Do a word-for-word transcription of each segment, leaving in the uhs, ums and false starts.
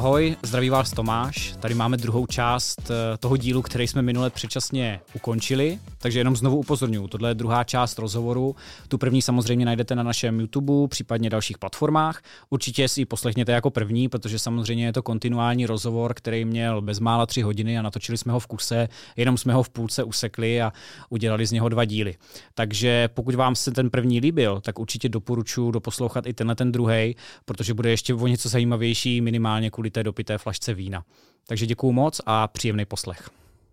Ahoj, zdraví vás Tomáš. Tady máme druhou část toho dílu, který jsme minule předčasně ukončili, takže jenom znovu upozorňuji, tohle je druhá část rozhovoru. Tu první samozřejmě najdete na našem YouTube, případně dalších platformách. Určitě si ji poslechněte jako první, protože samozřejmě je to kontinuální rozhovor, který měl bezmála tři hodiny a natočili jsme ho v kuse, jenom jsme ho v půlce usekli a udělali z něho dva díly. Takže pokud vám se ten první líbil, tak určitě doporučuji doposlouchat i tenhle ten druhej, protože bude ještě o něco zajímavější minimálně kvůli té dopité flašce vína. Takže děkuju moc a příjemný poslech.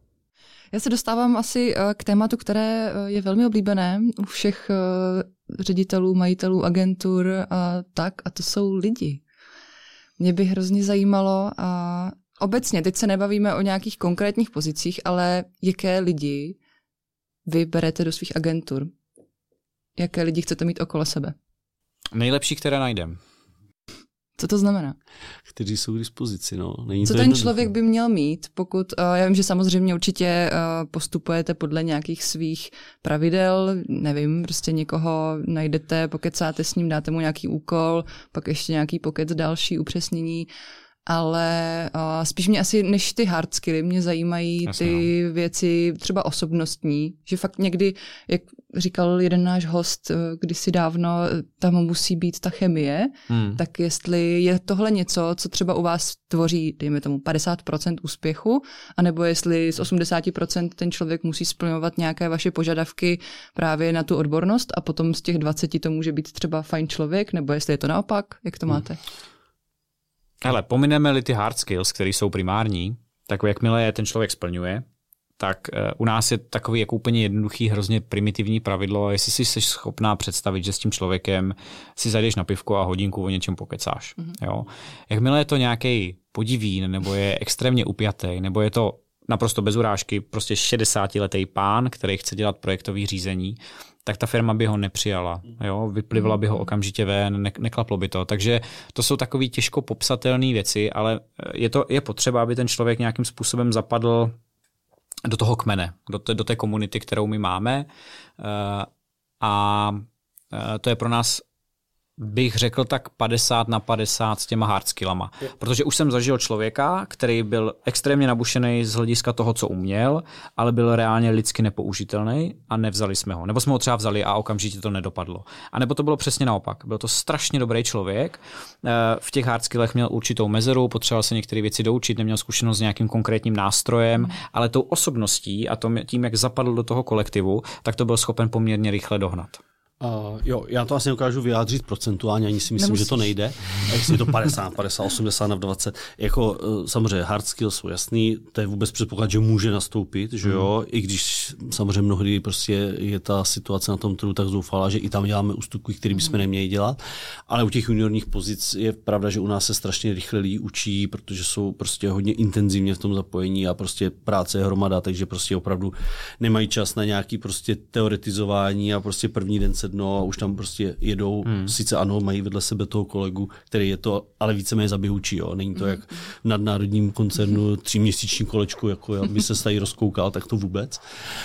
Já se dostávám asi k tématu, které je velmi oblíbené u všech ředitelů, majitelů, agentur a tak, a to jsou lidi. Mě by hrozně zajímalo a obecně, teď se nebavíme o nějakých konkrétních pozicích, ale jaké lidi vy berete do svých agentur? Jaké lidi chcete mít okolo sebe? Nejlepší, které najdem. Co to znamená? Kteří jsou k dispozici, no. Není Co to ten jednoduché. člověk by měl mít, pokud, uh, já vím, že samozřejmě určitě uh, postupujete podle nějakých svých pravidel, nevím, prostě někoho najdete, pokecáte s ním, dáte mu nějaký úkol, pak ještě nějaký pokec další upřesnění, ale uh, spíš mě asi než ty hard skilly mě zajímají Jasně, ty no. věci třeba osobnostní, že fakt někdy, jak říkal jeden náš host kdysi dávno, tam musí být ta chemie, hmm. tak jestli je tohle něco, co třeba u vás tvoří, dejme tomu, padesát procent úspěchu, anebo jestli z osmdesát procent ten člověk musí splňovat nějaké vaše požadavky právě na tu odbornost a potom z těch dvaceti to může být třeba fajn člověk, nebo jestli je to naopak, jak to máte? Hmm. Hele, pomineme-li ty hard skills, které jsou primární, tak jakmile je ten člověk splňuje, tak u nás je takový jako úplně jednoduchý, hrozně primitivní pravidlo, jestli si jsi schopná představit, že s tím člověkem si zajdeš na pivko a hodinku o něčem pokecáš. Mm-hmm. Jo? Jakmile je to nějaký podivín, nebo je extrémně upjatý, nebo je to naprosto bez urážky, prostě šedesátiletý pán, který chce dělat projektové řízení, tak ta firma by ho nepřijala. Jo? Vyplivla by ho okamžitě ven, ne- neklaplo by to. Takže to jsou takové těžko popsatelné věci, ale je, to, je potřeba, aby ten člověk nějakým způsobem zapadl do toho kmene, do té, do té komunity, kterou my máme. A to je pro nás, bych řekl, tak padesát na padesát s těma hard skillama. Protože už jsem zažil člověka, který byl extrémně nabušený z hlediska toho, co uměl, ale byl reálně lidsky nepoužitelný a nevzali jsme ho. Nebo jsme ho třeba vzali a okamžitě to nedopadlo. A nebo to bylo přesně naopak. Byl to strašně dobrý člověk. V těch hard skillech měl určitou mezeru, potřeboval se některé věci doučit, neměl zkušenost s nějakým konkrétním nástrojem, hmm. ale tou osobností a tím, jak zapadl do toho kolektivu, tak to byl schopen poměrně rychle dohnat. Uh, jo, já to asi neukážu vyjádřit procentuálně, ani si myslím, Nemusíš. že to nejde. Jestli je to padesát, padesát, osmdesát na dvacet. Jako uh, samozřejmě hard skills jsou jasný, to je vůbec předpoklad, že může nastoupit, že jo, mm. i když samozřejmě mnohdy prostě je ta situace na tom trhu tak zoufalá, že i tam děláme ústupky, které bychom neměli dělat, ale u těch juniorních pozic je pravda, že u nás se strašně rychle lidi učí, protože jsou prostě hodně intenzivně v tom zapojení a prostě práce je hromada, takže prostě opravdu nemají čas na nějaký prostě teoretizování a prostě první den se no a už tam prostě jedou, hmm. sice ano, mají vedle sebe toho kolegu, který je to, ale víceméně zaběhučí, jo. Není to jak v nadnárodním koncernu tříměsíční kolečku, jako aby se tady rozkoukal, tak to vůbec.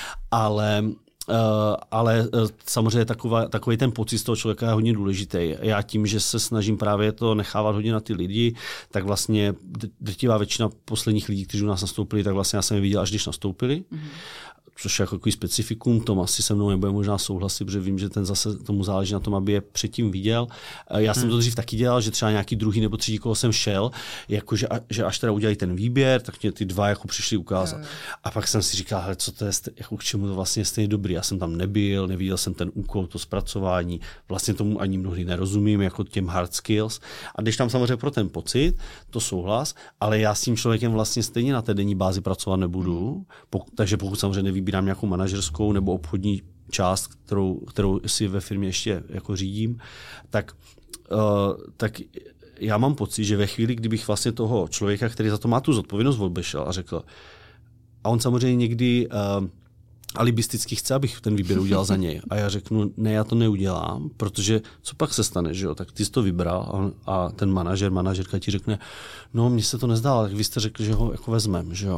Ale Uh, ale uh, samozřejmě taková, takový ten pocit z toho člověka je hodně důležitý. Já tím, že se snažím právě to nechávat hodně na ty lidi, tak vlastně drtivá většina posledních lidí, kteří u nás nastoupili, tak vlastně já jsem je viděl, až když nastoupili. Mm-hmm. Což je jako takový specifikum, Tom asi se mnou nebude možná souhlasit, protože vím, že ten zase tomu záleží na tom, aby je předtím viděl. Já jsem hmm. to dřív taky dělal, že třeba nějaký druhý nebo třetí kolo jsem šel, jako že, že až teda udělají ten výběr, tak mě ty dva jako přišli ukázat. Hmm. A pak jsem si říkal, hele, co to je, jako k čemu to vlastně je stejně dobrý. Já jsem tam nebyl, neviděl jsem ten úkol, to zpracování, vlastně tomu ani mnohdy nerozumím, jako těm hard skills. A když tam samozřejmě pro ten pocit, to souhlas, ale já s tím člověkem vlastně stejně na té denní bázi pracovat nebudu, pokud, takže pokud samozřejmě nevybírám nějakou manažerskou nebo obchodní část, kterou, kterou si ve firmě ještě jako řídím, tak, uh, tak já mám pocit, že ve chvíli, kdybych vlastně toho člověka, který za to má tu zodpovědnost, obešel a řekl, a on samozřejmě někdy uh, alibisticky chce, abych ten výběr udělal za něj. A já řeknu, ne, já to neudělám, protože co pak se stane, že jo? Tak ty jsi to vybral a, a ten manažer, manažerka ti řekne, no, mně se to nezdálo, tak vy jste řekli, že ho jako vezmem, že jo?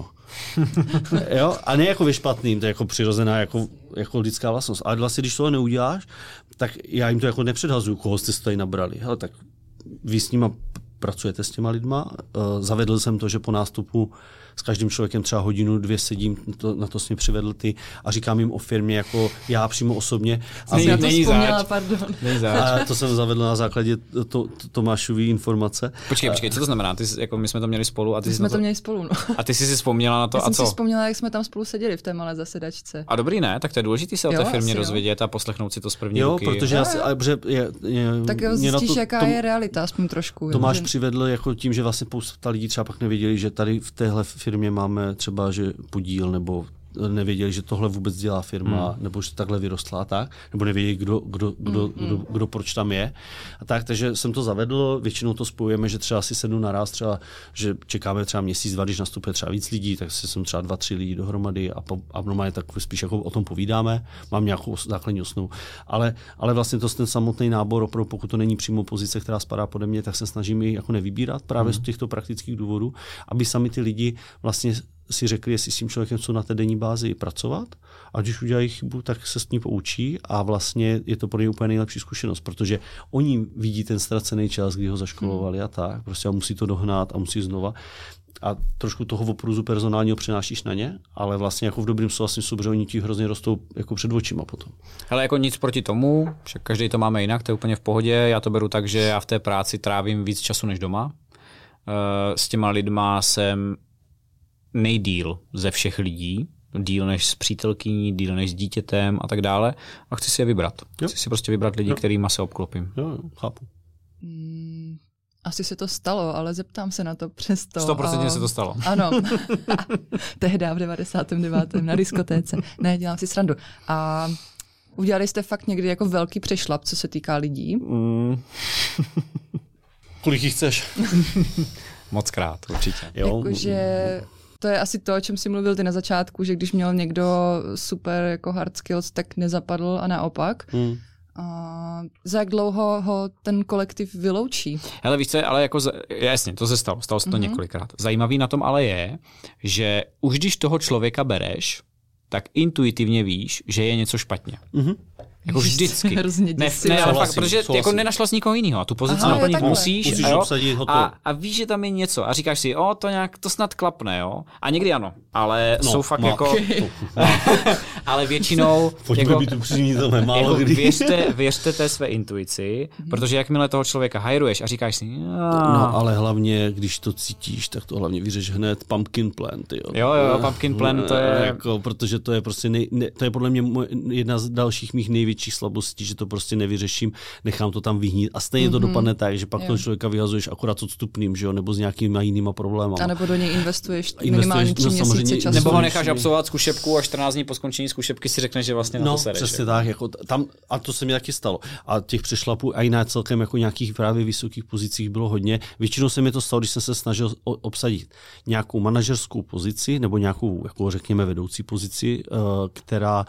Jo? A ne jako ve špatným, to je jako přirozená jako, jako lidská vlastnost. Ale vlastně, když toho neuděláš, tak já jim to jako nepředhazuju, koho jste tady nabrali. Hele, tak vy s nima pracujete s těma lidma. Zavedl jsem to, že po nástupu s každým člověkem třeba hodinu, dvě sedím, to, na to jsi mě přivedl ty a říkám jim o firmě jako já přímo osobně. A já to vzpomněla, pardon. A to jsem zavedl na základě to, to, Tomášový informace. Počkej, počkej, co to znamená? Ty jsi, jako my jsme to měli spolu a ty my jsi jsme to to měli spolu, no. A ty jsi si vzpomněla na to já a jsem co? si vzpomněla, jak jsme tam spolu seděli v té malé zasedačce. A dobrý, ne? Tak to je důležité se o té Jo, firmě asi, dozvědět a poslechnout si to z první jo, ruky. protože jo, já si, ale, je, je, tak jo, zjistíš, to, jaká tom, je realita, aspoň trošku. Tomáš že... přivedl jako tím, že vlastně spousta lidí třeba pak nevěděli, že tady v téhle firmě máme třeba že podíl, nebo nevěděli, že tohle vůbec dělá firma, hmm. nebo že takhle vyrostla a tak, nebo nevěděli, kdo, kdo, kdo, hmm. kdo, kdo, kdo proč tam je. A tak, takže jsem to zavedl, většinou to spojujeme, že třeba asi sednu naraz, třeba, že čekáme třeba měsíc, dva, když nastupuje třeba víc lidí, tak si jsem třeba dva, tři lidi dohromady a, po, a normálně tak spíš jako o tom povídáme, mám nějakou základní osnovu. Ale, ale vlastně to ten samotný nábor, opravdu, pokud to není přímo pozice, která spadá pode mě, tak se snažím ji jako nevybírat právě hmm. z těchto praktických důvodů, aby sami ty lidi vlastně si řekli, jestli s tím člověkem chcou na té denní bázi pracovat a když udělají chybu, tak se s ní poučí a vlastně je to pro ně úplně nejlepší zkušenost, protože oni vidí ten ztracený čas, kdy ho zaškolovali a tak, prostě a musí to dohnat a musí znova. A trošku toho opruzu personálního přenášíš na ně, ale vlastně jako v dobrým slova smyslu, protože oni ti hrozně rostou jako před očima potom. Ale jako nic proti tomu, však každý to máme jinak, to je úplně v pohodě, já to beru tak, že já v té práci trávím víc času než doma. S těma lidma jsem nejdýl ze všech lidí, díl než s přítelkyní, díl než s dítětem a tak dále. A chci si je vybrat. Jo. Chci si prostě vybrat lidi, jo. kterýma se obklopím. Jo, jo, chápu. Hmm, asi se to stalo, ale zeptám se na to přesto. sto procent a... se to stalo. Ano. Tehdy v devadesátém devátém na diskotéce. Ne, dělám si srandu. A udělali jste fakt někdy jako velký přešlap, co se týká lidí? Mm. Kolik jich chceš? Moc krát, určitě. Jakože to je asi to, o čem jsi mluvil ty na začátku, že když měl někdo super jako hard skills, tak nezapadl a naopak. Hmm. A za jak dlouho ho ten kolektiv vyloučí? Hele, víš co, ale jako, za, jasně, to se stalo, stalo se to mm-hmm. několikrát. Zajímavý na tom ale je, že už když toho člověka bereš, tak intuitivně víš, že je něco špatně. Mm-hmm. Jako vždycky. Ne, ne, ale fakt, protože jako nenašla z nikoho jiného a tu pozici Aha, naplnit musíš, musíš jo? obsadit, a, a víš, že tam je něco a říkáš si, o, to nějak, to snad klapne, jo? A někdy ano, ale no, jsou fakt má. jako... ale většinou... Pojďme jako, být upřímní, to málo jako kdy. Věřte, věřte té své intuici, protože jakmile toho člověka hajruješ a říkáš si... No, ale hlavně, když to cítíš, tak to hlavně vyřeš hned pumpkin plant, jo? Jo, jo, pumpkin plant, to je... Jako, protože to je prostě, nej, ne, to je podle mě moje, jedna z dalších mých největších slabostí, že to prostě nevyřeším, nechám to tam vyhnít a stejně mm-hmm. to dopadne tak, že pak jo. toho člověka vyhazuješ akorát s odstupným, že jo, nebo s nějakýma jinýma problémy. A nebo do něj investuješ minimálně tři no, měsíce času. Nebo ho necháš absolvovat zkušebku a čtrnáct dní po skončení zkušebky si řekneš, že vlastně na no, to sereš. Přesně že? Tak, jako tam, a to se mi taky stalo. A těch přešlapů a i na celkem jako nějakých právě vysokých pozicích bylo hodně. Většinou se mi to stalo, když jsem se snažil obsadit nějakou manažerskou pozici nebo nějakou, jako řekněme, vedoucí pozici, která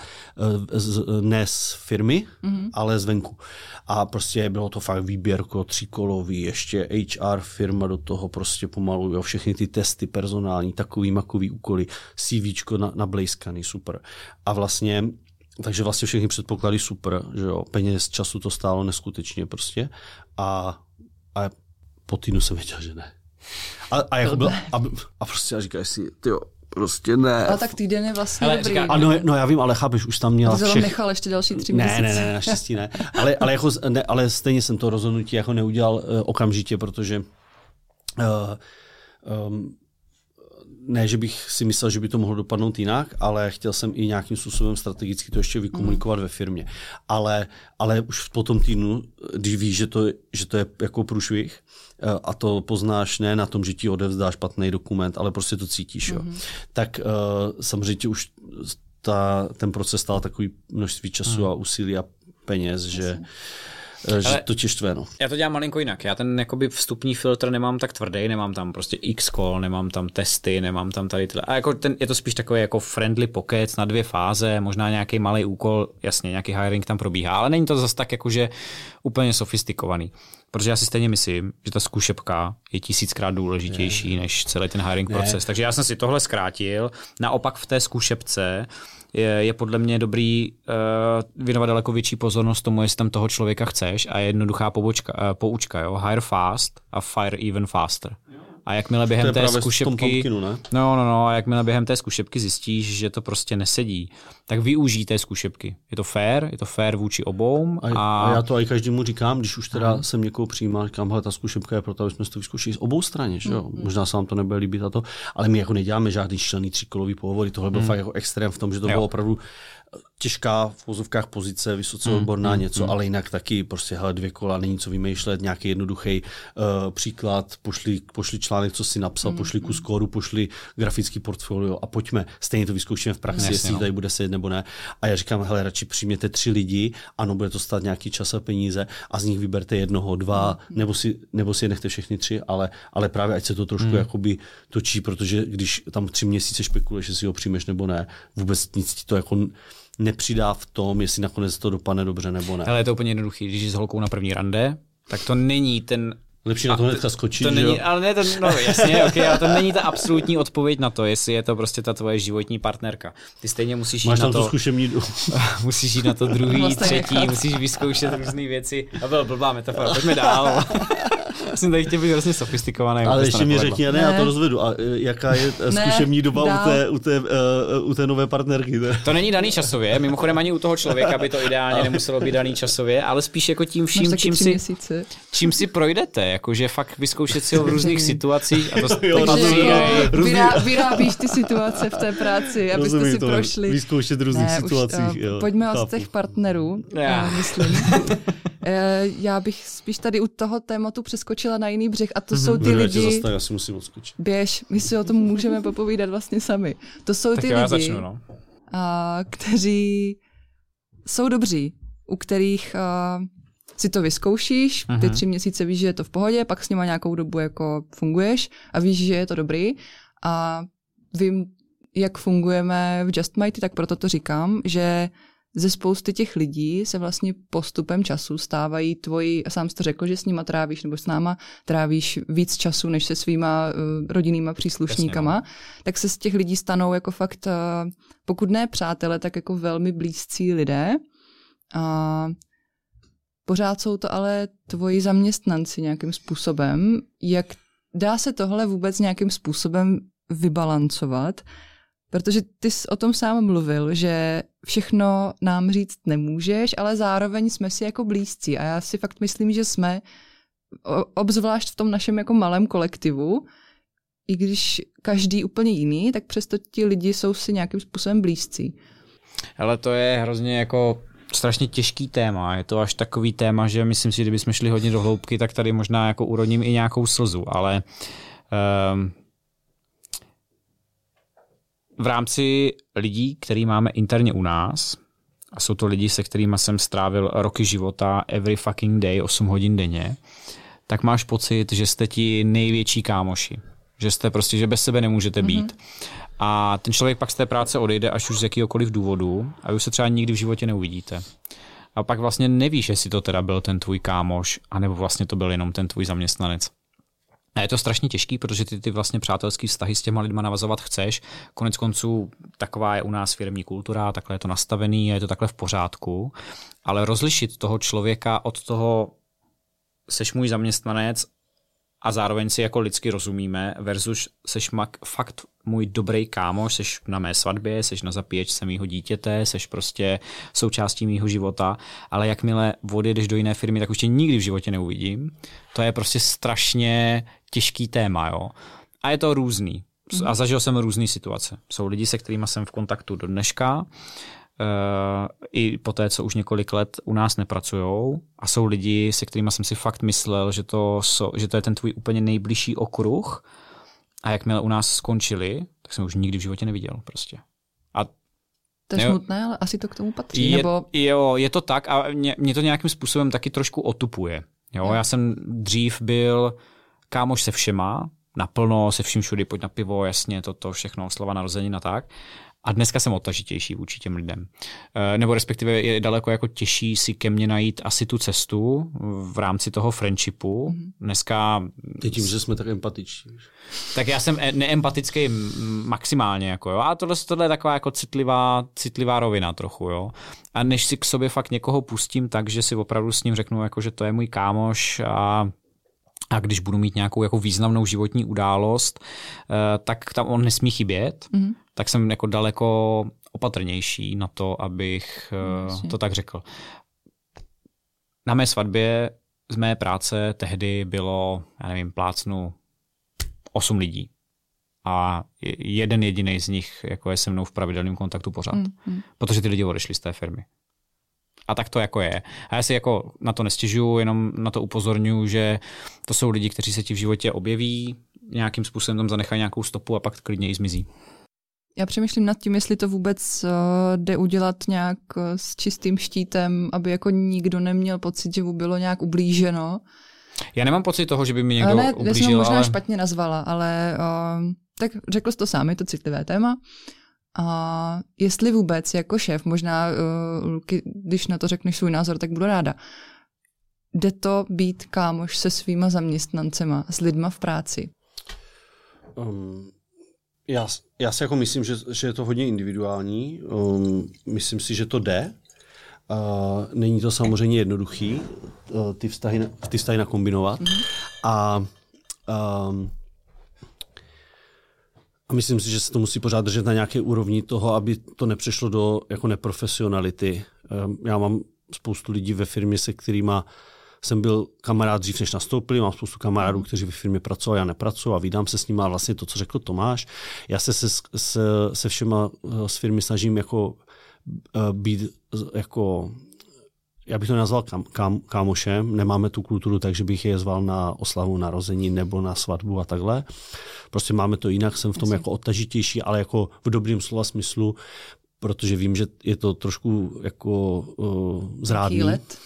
ne z firmy, mm-hmm. ale zvenku. A prostě bylo to fakt výběrko tříkolový, ještě H R firma do toho prostě pomalu, jo, všechny ty testy personální, takový makový úkoly, CVčko na, nablejskaný, super. A vlastně, takže vlastně všechny předpoklady super, že jo, peněz, času to stálo neskutečně prostě a, a po týdnu jsem věděl, že ne. A, a, jako byl, a, a prostě já říkáš si, tyjo, prostě ne. Ale tak týden je vlastně ale, dobrý. Říká, ano, no já vím, ale chápeš, už tam měla všech... Ty nechal ještě další tři ne, měsíce. Ne, ne, ne, naštěstí ne. Ale, ale, jako, ne, ale stejně jsem to rozhodnutí jako neudělal uh, okamžitě, protože uh, um, ne, že bych si myslel, že by to mohlo dopadnout jinak, ale chtěl jsem i nějakým způsobem strategicky to ještě vykomunikovat mm. ve firmě. Ale, ale už po tom týdnu, když víš, že to, že to je jako průšvih, a to poznáš ne na tom, že ti odevzdá špatný dokument, ale prostě to cítíš, jo. Mm. Tak uh, samozřejmě už ta, ten proces stál takový množství času mm. a úsilí a peněz, že že ale to tě štve, no. Já to dělám malinko jinak. Já ten jakoby vstupní filtr nemám tak tvrdý, nemám tam prostě X-call, nemám tam testy, nemám tam tady tyhle. A jako ten, je to spíš takový jako friendly pocket na dvě fáze, možná nějaký malý úkol, jasně, nějaký hiring tam probíhá, ale není to zase tak jakože úplně sofistikovaný. Protože já si stejně myslím, že ta zkušebka je tisíckrát důležitější ne, než celý ten hiring ne. proces. Takže já jsem si tohle zkrátil. Naopak v té zkušebce je, je podle mě dobrý uh, věnovat daleko větší pozornost tomu, jestli tam toho člověka chceš a je jednoduchá pobočka, uh, poučka, jo? Hire fast a fire even faster. A jakmile během té zkušebky, pumpkinu, ne? no, no, no, a jakmile během té zkušebky zjistíš, že to prostě nesedí, tak využij té zkušebky. Je to fair, je to fair vůči obou. A, a... a já to i každému říkám, když už teda hmm. jsem někoho přijímal, říkám, hele, ta zkušebka je proto, aby jsme to vyzkoušeli z obou straně, že jo? Hmm. Možná se vám to nebude líbit a to, ale my jako neděláme žádný šílený tříkolový pohovory, tohle byl hmm. fakt jako extrém v tom, že to jo. bylo opravdu těžká v vozovkách pozice, vysoce odborná mm, něco, mm. ale jinak taky prostě hele, dvě kola, není co vymýšlet, nějaký jednoduchý uh, příklad, pošli, pošli článek, co si napsal, mm, pošli kus kódu, pošli grafický portfolio a pojďme, stejně to vyzkoušíme v praxi, jestli no. tady bude sedět nebo ne. A já říkám, hele, radši přijměte tři lidi, ano, bude to stát nějaký čas a peníze a z nich vyberte jednoho, dva, mm. nebo, si, nebo si je nechte všechny tři, ale, ale právě ať se to trošku mm. jakoby točí, protože když tam tři měsíce špekuluješ, jestli ho přijmeš nebo ne, vůbec nic ti to jako nepřidá v tom, jestli nakonec to dopadne dobře nebo ne. Ale je to úplně jednoduchý, když jsi s holkou na první rande, tak to není ten... Lepší na to hnedka skočit, to že není, jo? Ale ne, to, no jasně, okay, ale to není ta absolutní odpověď na to, jestli je to prostě ta tvoje životní partnerka. Ty stejně musíš jít Máš na tam to... zkušební... musíš jít na to druhý, třetí, musíš vyzkoušet různé věci. A byl blbá metafora, pojďme dál. Já jsem tady chtěl být hrozně sofistikovaný. Ale ještě mi řekni, ne, ne, já to rozvedu. A jaká je zkušební doba u té, u, té, uh, u té nové partnerky? Ne? To není daný časově, mimochodem ani u toho člověka by to ideálně nemuselo být daný časově, ale spíš jako tím vším, čím si, čím si projdete, jakože fakt vyzkoušet si ho v různých situacích. A to, jo, takže jako vyrá, vyrábíš ty situace v té práci, abyste Rozumím si to, prošli. Vyzkoušet v různých ne, situacích. Už, jo, pojďme od těch partnerů, já. myslím. Já bych spíš tady u toho tématu přeskočila na jiný břeh a to mm-hmm. jsou ty lidi... Zase, tak já si musím odskočit. Běž, my si o tom můžeme popovídat vlastně sami. To jsou tak ty já lidi, začnu, no. a, kteří jsou dobří, u kterých a, si to vyzkoušíš, ty mm-hmm. tři měsíce víš, že je to v pohodě, pak s nima nějakou dobu jako funguješ a víš, že je to dobrý a vím, jak fungujeme v Just Mighty, tak proto to říkám, že ze spousty těch lidí se vlastně postupem času stávají tvoji, a sám jsi to řekl, že s nima trávíš, nebo s náma trávíš víc času, než se svýma uh, rodinnýma příslušníkama, Jasně, no. tak se z těch lidí stanou jako fakt, uh, pokud ne přátelé, tak jako velmi blízcí lidé. A pořád jsou to ale tvoji zaměstnanci nějakým způsobem. Jak dá se tohle vůbec nějakým způsobem vybalancovat? Protože ty jsi o tom sám mluvil, že všechno nám říct nemůžeš, ale zároveň jsme si jako blízcí. A já si fakt myslím, že jsme, obzvlášť v tom našem jako malém kolektivu, i když každý úplně jiný, tak přesto ti lidi jsou si nějakým způsobem blízcí. Ale to je hrozně jako strašně těžký téma. Je to až takový téma, že myslím si, že kdybychom šli hodně do hloubky, tak tady možná jako urodím i nějakou slzu, ale... Um, v rámci lidí, který máme interně u nás, a jsou to lidi, se kterými jsem strávil roky života, every fucking day, osm hodin denně, tak máš pocit, že jste ti největší kámoši. Že jste prostě, že bez sebe nemůžete být. Mm-hmm. A ten člověk pak z té práce odejde až už z jakýhokoliv důvodu a vy už se třeba nikdy v životě neuvidíte. A pak vlastně nevíš, jestli to teda byl ten tvůj kámoš, anebo vlastně to byl jenom ten tvůj zaměstnanec. A je to strašně těžký, protože ty, ty vlastně přátelský vztahy s těma lidma navazovat chceš. Konec konců taková je u nás firemní kultura, takhle je to nastavený a je to takhle v pořádku. Ale rozlišit toho člověka od toho, seš můj zaměstnanec a zároveň si jako lidsky rozumíme versus seš mak, fakt můj dobrý kámoš, seš na mé svatbě, seš na zapíječce mýho dítěte, seš prostě součástí mýho života, ale jakmile odjedeš do jiné firmy, tak už tě nikdy v životě neuvidím. To je prostě strašně těžký téma, jo. A je to různý. A zažil jsem různý situace. Jsou lidi, se kterými jsem v kontaktu do dneška, Uh, i po té, co už několik let u nás nepracujou, a jsou lidi, se kterými jsem si fakt myslel, že to, so, že to je ten tvůj úplně nejbližší okruh, a jakmile u nás skončili, tak jsem už nikdy v životě neviděl prostě. A to je smutné, ale asi to k tomu patří. Je, nebo... jo, je to tak a mě, mě to nějakým způsobem taky trošku otupuje. Jo, jo. Já jsem dřív byl kámoš se všema, naplno, se vším všudy, pojď na pivo, jasně, toto všechno, slova narozenina tak. A dneska jsem odtažitější vůči těm lidem. Nebo respektive je daleko jako těžší si ke mně najít asi tu cestu v rámci toho friendshipu. Dneska... Ty tím, že jsme tak empatiční. Tak já jsem neempatický maximálně. Jako, jo. A tohle, tohle je taková jako citlivá, citlivá rovina trochu. Jo. A než si k sobě fakt někoho pustím tak, že si opravdu s ním řeknu, jako, že to je můj kámoš a A když budu mít nějakou jako významnou životní událost, tak tam on nesmí chybět, mm-hmm. tak jsem jako daleko opatrnější na to, abych mm, to tak řekl. Na mé svatbě z mé práce tehdy bylo, já nevím, plácnu osm lidí. A jeden jediný z nich jako je se mnou v pravidelném kontaktu pořád. Mm-hmm. Protože ty lidi odešli z té firmy. A tak to jako je. A já si jako na to nestěžuju, jenom na to upozorňuji, že to jsou lidi, kteří se ti v životě objeví, nějakým způsobem tam zanechají nějakou stopu a pak klidně i zmizí. Já přemýšlím nad tím, jestli to vůbec uh, jde udělat nějak uh, s čistým štítem, aby jako nikdo neměl pocit, že mu bylo nějak ublíženo. Já nemám pocit toho, že by mi někdo ne, ublížil. Já jsem ho možná ale... špatně nazvala, ale uh, tak řekl jsi to sám, je to citlivé téma. A jestli vůbec jako šéf, možná, uh, když na to řekneš svůj názor, tak budu ráda. Jde to být kámoš se svýma zaměstnancema, s lidma v práci? Um, já, já si jako myslím, že, že je to hodně individuální. Um, myslím si, že to jde. Uh, není to samozřejmě jednoduchý uh, ty vztahy, ty vztahy nakombinovat. Mm-hmm. A um, A myslím si, že se to musí pořád držet na nějaké úrovni toho, aby to nepřešlo do jako neprofesionality. Já mám spoustu lidí ve firmě, se kterými jsem byl kamarád dřív, než nastoupili. Mám spoustu kamarádů, kteří ve firmě pracovali, já nepracuji a vídám se s nimi. A vlastně to, co řekl Tomáš, já se se, se, se všema z firmy snažím jako být jako... Já bych to nazval kam, kam, kámošem, nemáme tu kulturu, takže bych je zval na oslavu narození nebo na svatbu a takhle. Prostě máme to jinak, jsem v tom jako odtažitější, ale jako v dobrým slova smyslu, protože vím, že je to trošku jako uh, zrádný. Let.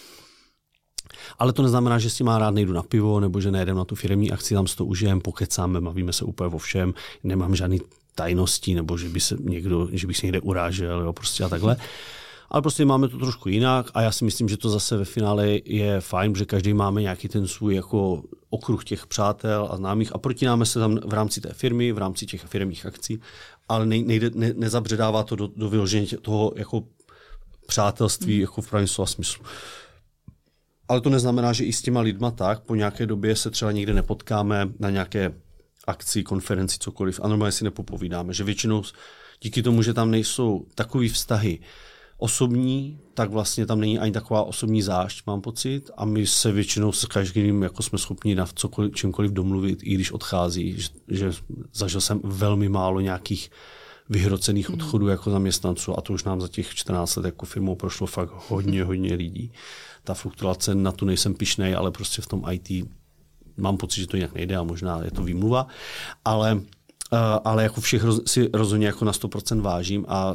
Ale to neznamená, že si má rád nejdu na pivo, nebo že nejedem na tu firemní akci, tam si to užijem, pokecáme, bavíme se úplně o všem, nemám žádný tajností, nebo že by se někdo, že bych se někde urážel, jo, prostě a takhle. Ale prostě máme to trošku jinak a já si myslím, že to zase ve finále je fajn, že každý máme nějaký ten svůj jako okruh těch přátel a známých a protínáme se tam v rámci té firmy, v rámci těch firemních akcí, ale nejde, ne, nezabředává to do, do vyložení toho jako přátelství hmm. jako v pravém slova smyslu. Ale to neznamená, že i s těma lidma tak po nějaké době se třeba někde nepotkáme na nějaké akci, konferenci, cokoliv a normálně si nepopovídáme, že většinou díky tomu, že tam nejsou takový vztahy osobní, tak vlastně tam není ani taková osobní zášť, mám pocit, a my se většinou s každým jako jsme schopni na cokoliv, čímkoliv domluvit, i když odchází, že, že zažil jsem velmi málo nějakých vyhrocených odchodů jako zaměstnanců a to už nám za těch čtrnáct let jako firmou prošlo fakt hodně, hodně lidí. Ta fluktuace, na tu nejsem pyšnej, ale prostě v tom í té mám pocit, že to jinak nejde a možná je to výmluva, ale, ale jako všech si rozhodně jako na sto procent vážím a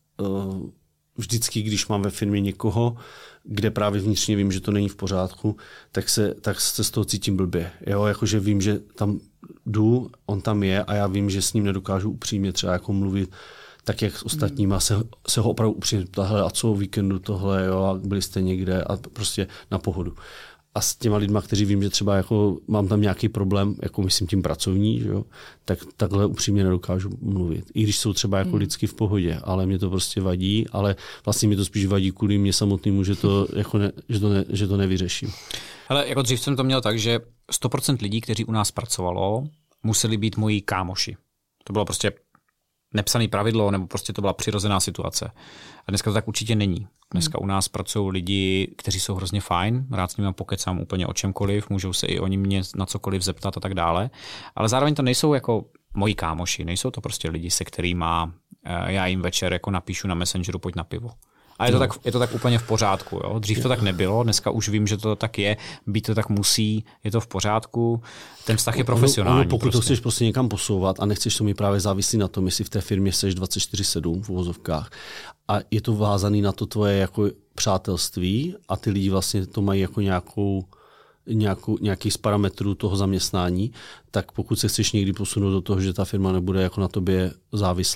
vždycky, když mám ve firmě někoho, kde právě vnitřně vím, že to není v pořádku, tak se, tak se z toho cítím blbě. Jo? Jakože vím, že tam jdu, on tam je a já vím, že s ním nedokážu upřímně třeba jako mluvit tak, jak s ostatníma se, se ho opravdu upřímně tahle a co o víkendu tohle, jo, a byli jste někde a prostě na pohodu. A s těma lidma, kteří vím, že třeba jako mám tam nějaký problém, jako myslím tím pracovní, že jo, tak takhle upřímně nedokážu mluvit. I když jsou třeba jako lidsky v pohodě, ale mě to prostě vadí, ale vlastně mi to spíš vadí kvůli mě samotnému, že to, jako ne, že to, ne, že to nevyřeším. Hele, jako dřív jsem to měl tak, že sto procent lidí, kteří u nás pracovalo, museli být moji kámoši. To bylo prostě nepsané pravidlo, nebo prostě to byla přirozená situace. A dneska to tak určitě není. Dneska u nás pracují lidi, kteří jsou hrozně fajn, rád s nimi pokecám úplně o čemkoliv, můžou se i oni mě na cokoliv zeptat a tak dále. Ale zároveň to nejsou jako moji kámoši, nejsou to prostě lidi, se kterými já jim večer jako napíšu na Messengeru, pojď na pivo. A je to, no. tak, je to tak úplně v pořádku. Jo? Dřív to tak nebylo, dneska už vím, že to tak je, být to tak musí, je to v pořádku, ten vztah je profesionální. Ono, pokud prostě. to chceš prostě někam posouvat a nechceš to mít právě závislí na tom, jestli v té firmě seš dvacet čtyři sedm v uvozovkách a je to vázaný na to tvoje jako přátelství a ty lidi vlastně to mají jako nějakou Nějakou, nějaký z parametrů toho zaměstnání, tak pokud se chceš někdy posunout do toho, že ta firma nebude jako na tobě závislá,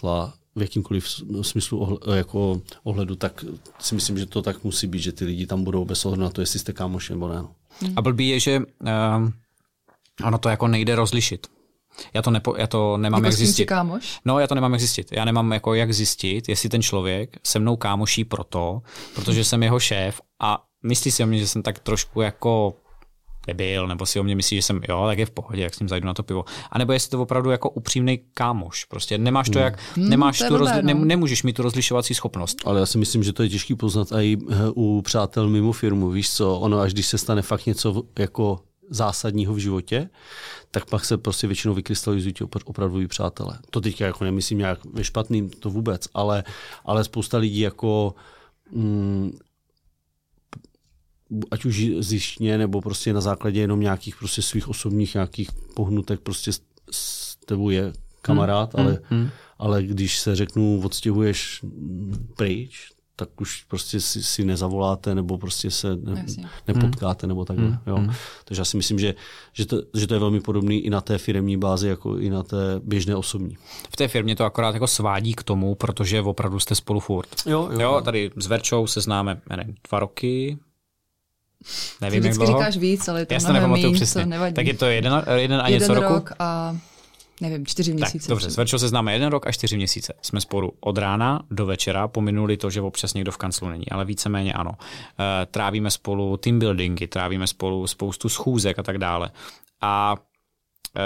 v jakýmkoliv smyslu ohl, jako ohledu, tak si myslím, že to tak musí být, že ty lidi tam budou bez ohledu na to, jestli jste kámoši nebo ne. No. Hmm. A blbý je, že uh, ono to jako nejde rozlišit. Já to, nepo, já to nemám jako jak zjistit. Kámoš? No, já to nemám jak zjistit. Já nemám jako jak zjistit, jestli ten člověk se mnou kámoší proto, protože jsem jeho šéf a myslí si o mě, že jsem tak trošku jako debil, nebo si o mě myslí, že jsem, jo, tak je v pohodě, jak s ním zajdu na to pivo. A nebo jestli to opravdu jako upřímný kámoš. Prostě nemáš to jak, hmm, nemáš to tu rozli- no. ne, nemůžeš mít tu rozlišovací schopnost. Ale já si myslím, že to je těžký poznat i u přátel mimo firmu. Víš co, ono až když se stane fakt něco jako zásadního v životě, tak pak se prostě většinou vykrystalizují ti opravdoví přátelé. To teďka jako nemyslím nějak ve špatným, to vůbec, ale, ale spousta lidí jako mm, ať už zjištně, nebo prostě na základě jenom nějakých prostě svých osobních nějakých pohnutek prostě s, s tebou je kamarád, hmm, ale, hmm. ale když se řeknu odstěhuješ pryč, tak už prostě si, si nezavoláte, nebo prostě se ne, nepotkáte, nebo takhle. Hmm. Jo. Hmm. Takže já si myslím, že, že, to, že to je velmi podobný i na té firemní bázi, jako i na té běžné osobní. V té firmě to akorát jako svádí k tomu, protože opravdu jste spolu furt. Jo, jo, jo tady s Verčou se známe, nevím, dva roky. Nevím, vždycky říkáš víc, ale je to mnohem méně, to nevadí. Tak je to jeden, jeden a jeden něco roku? rok a nevím, čtyři měsíce. Tak, dobře, s Verčou se známe jeden rok a čtyři měsíce. Jsme spolu od rána do večera, pominuli to, že občas někdo v kanclu není, ale víceméně ano. E, trávíme spolu team buildingy, trávíme spolu spoustu schůzek a tak dále. A e,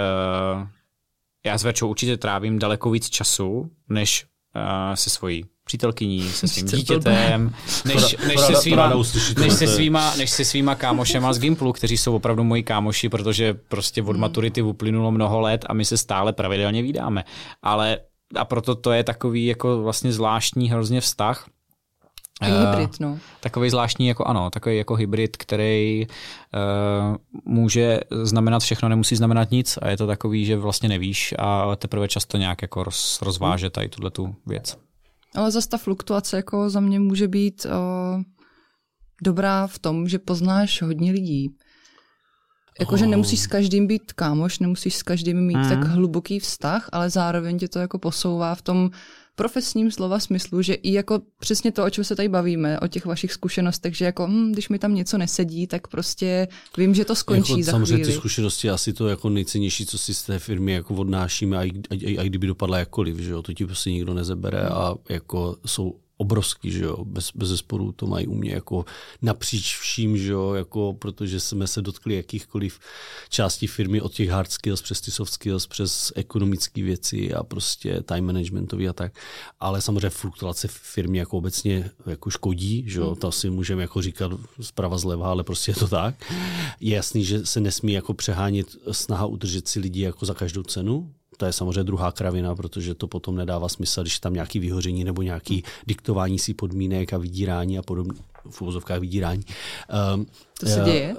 já s Verčou určitě trávím daleko víc času, než e, se svojí přítelkyní, se svým dítětem, než, než, se svýma, než, se svýma, než se svýma kámošema z Gimplu, kteří jsou opravdu moji kámoši, protože prostě od maturity uplynulo mnoho let a my se stále pravidelně vídáme. Ale a proto to je takový jako vlastně zvláštní hrozně vztah. Hybrid, no. Takový zvláštní, jako ano, takový jako hybrid, který uh, může znamenat všechno, nemusí znamenat nic a je to takový, že vlastně nevíš a teprve často nějak jako roz, rozváže tady tuhletu věc. Ale zase ta fluktuace jako za mě může být uh, dobrá v tom, že poznáš hodně lidí. Jakože oh. nemusíš s každým být kámoš, nemusíš s každým mít mm. tak hluboký vztah, ale zároveň tě to jako posouvá v tom profesním slova smyslu, že i jako přesně to, o čem se tady bavíme, o těch vašich zkušenostech, že jako hm, když mi tam něco nesedí, tak prostě vím, že to skončí jako, za samozřejmě chvíli. Ty zkušenosti asi to jako nejcennější, co si z té firmy jako odnášíme, a i, a, a kdyby dopadla jakkoliv, že jo, to ti prostě nikdo nezebere a jako jsou obrovský, že jo, bez, bez zesporu to mají u mě jako napříč vším, že jo, jako protože jsme se dotkli jakýchkoliv částí firmy, od těch hard skills přes ty soft skills, přes ekonomické věci a prostě time managementový a tak, ale samozřejmě fluktuace v firmě jako obecně jako škodí, že jo, to si můžeme jako říkat zprava zleva, ale prostě je to tak. Je jasný, že se nesmí jako přehánět snaha udržet si lidi jako za každou cenu. To je samozřejmě druhá kravina, protože to potom nedává smysl, když tam nějaký vyhoření nebo nějaký diktování si podmínek a vydírání a podobně, v uvozovkách vydírání. Um, to se uh, děje?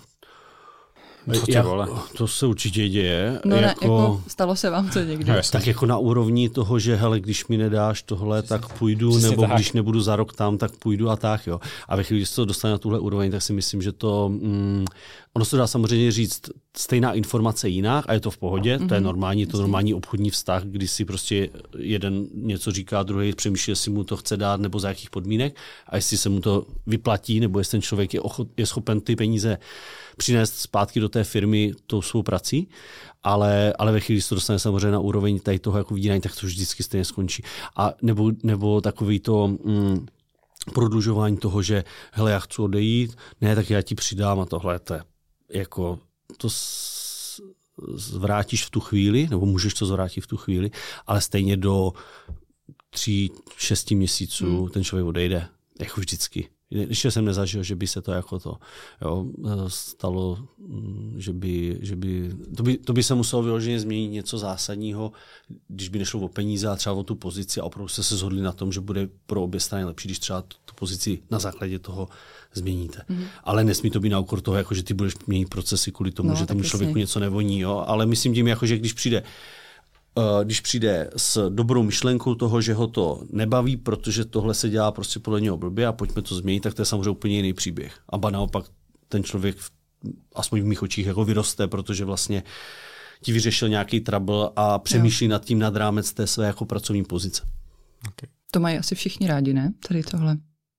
To, já, to se určitě děje. No jako, ne, jako stalo se vám to někdy? No, tak jako na úrovni toho, že hele, když mi nedáš tohle, tak půjdu, Přesně nebo tak. Když nebudu za rok tam, tak půjdu a tak. Jo. A ve chvíli, když se to dostane na tuhle úroveň, tak si myslím, že to... Mm, ono se dá samozřejmě říct stejná informace jinak a je to v pohodě, mm-hmm. to je normální, to normální obchodní vztah, kdy si prostě jeden něco říká, druhý přemýšlí, jestli mu to chce dát nebo za jakých podmínek a jestli se mu to vyplatí, nebo jestli ten člověk je, ochot, je schopen ty peníze přinést zpátky do té firmy tou svou prací, ale, ale ve chvíli, když to dostane samozřejmě na úroveň tady toho jako vydírání, tak to vždycky stejně skončí. A nebo, nebo takový to... Mm, prodlužování toho, že hele, já chci odejít, ne, tak já ti přidám a tohle, to je jako, to zvrátíš v tu chvíli, nebo můžeš to zvrátit v tu chvíli, ale stejně do tří, šesti měsíců hmm. ten člověk odejde, jako vždycky. Ještě jsem nezažil, že by se to jako to jo, stalo, že by, že by to, by, to by se muselo vyloženě změnit něco zásadního, když by nešlo o peníze a třeba o tu pozici a opravdu jste se shodli na tom, že bude pro obě strany lepší, když třeba tu, tu pozici na základě toho změníte. Mm-hmm. Ale nesmí to být na úkor toho, jako, že ty budeš měnit procesy kvůli tomu, no, že tomu člověku něco nevoní. Jo? Ale myslím tím, jako, že když přijde když přijde s dobrou myšlenkou toho, že ho to nebaví, protože tohle se dělá prostě podle něho blbě a pojďme to změnit, tak to je samozřejmě úplně jiný příběh. A ba naopak ten člověk, aspoň v mých očích, jako vyroste, protože vlastně ti vyřešil nějaký trouble a přemýšlí jo. nad tím nad rámec té své jako pracovní pozice. Okay. To mají asi všichni rádi, ne? Tady tohle.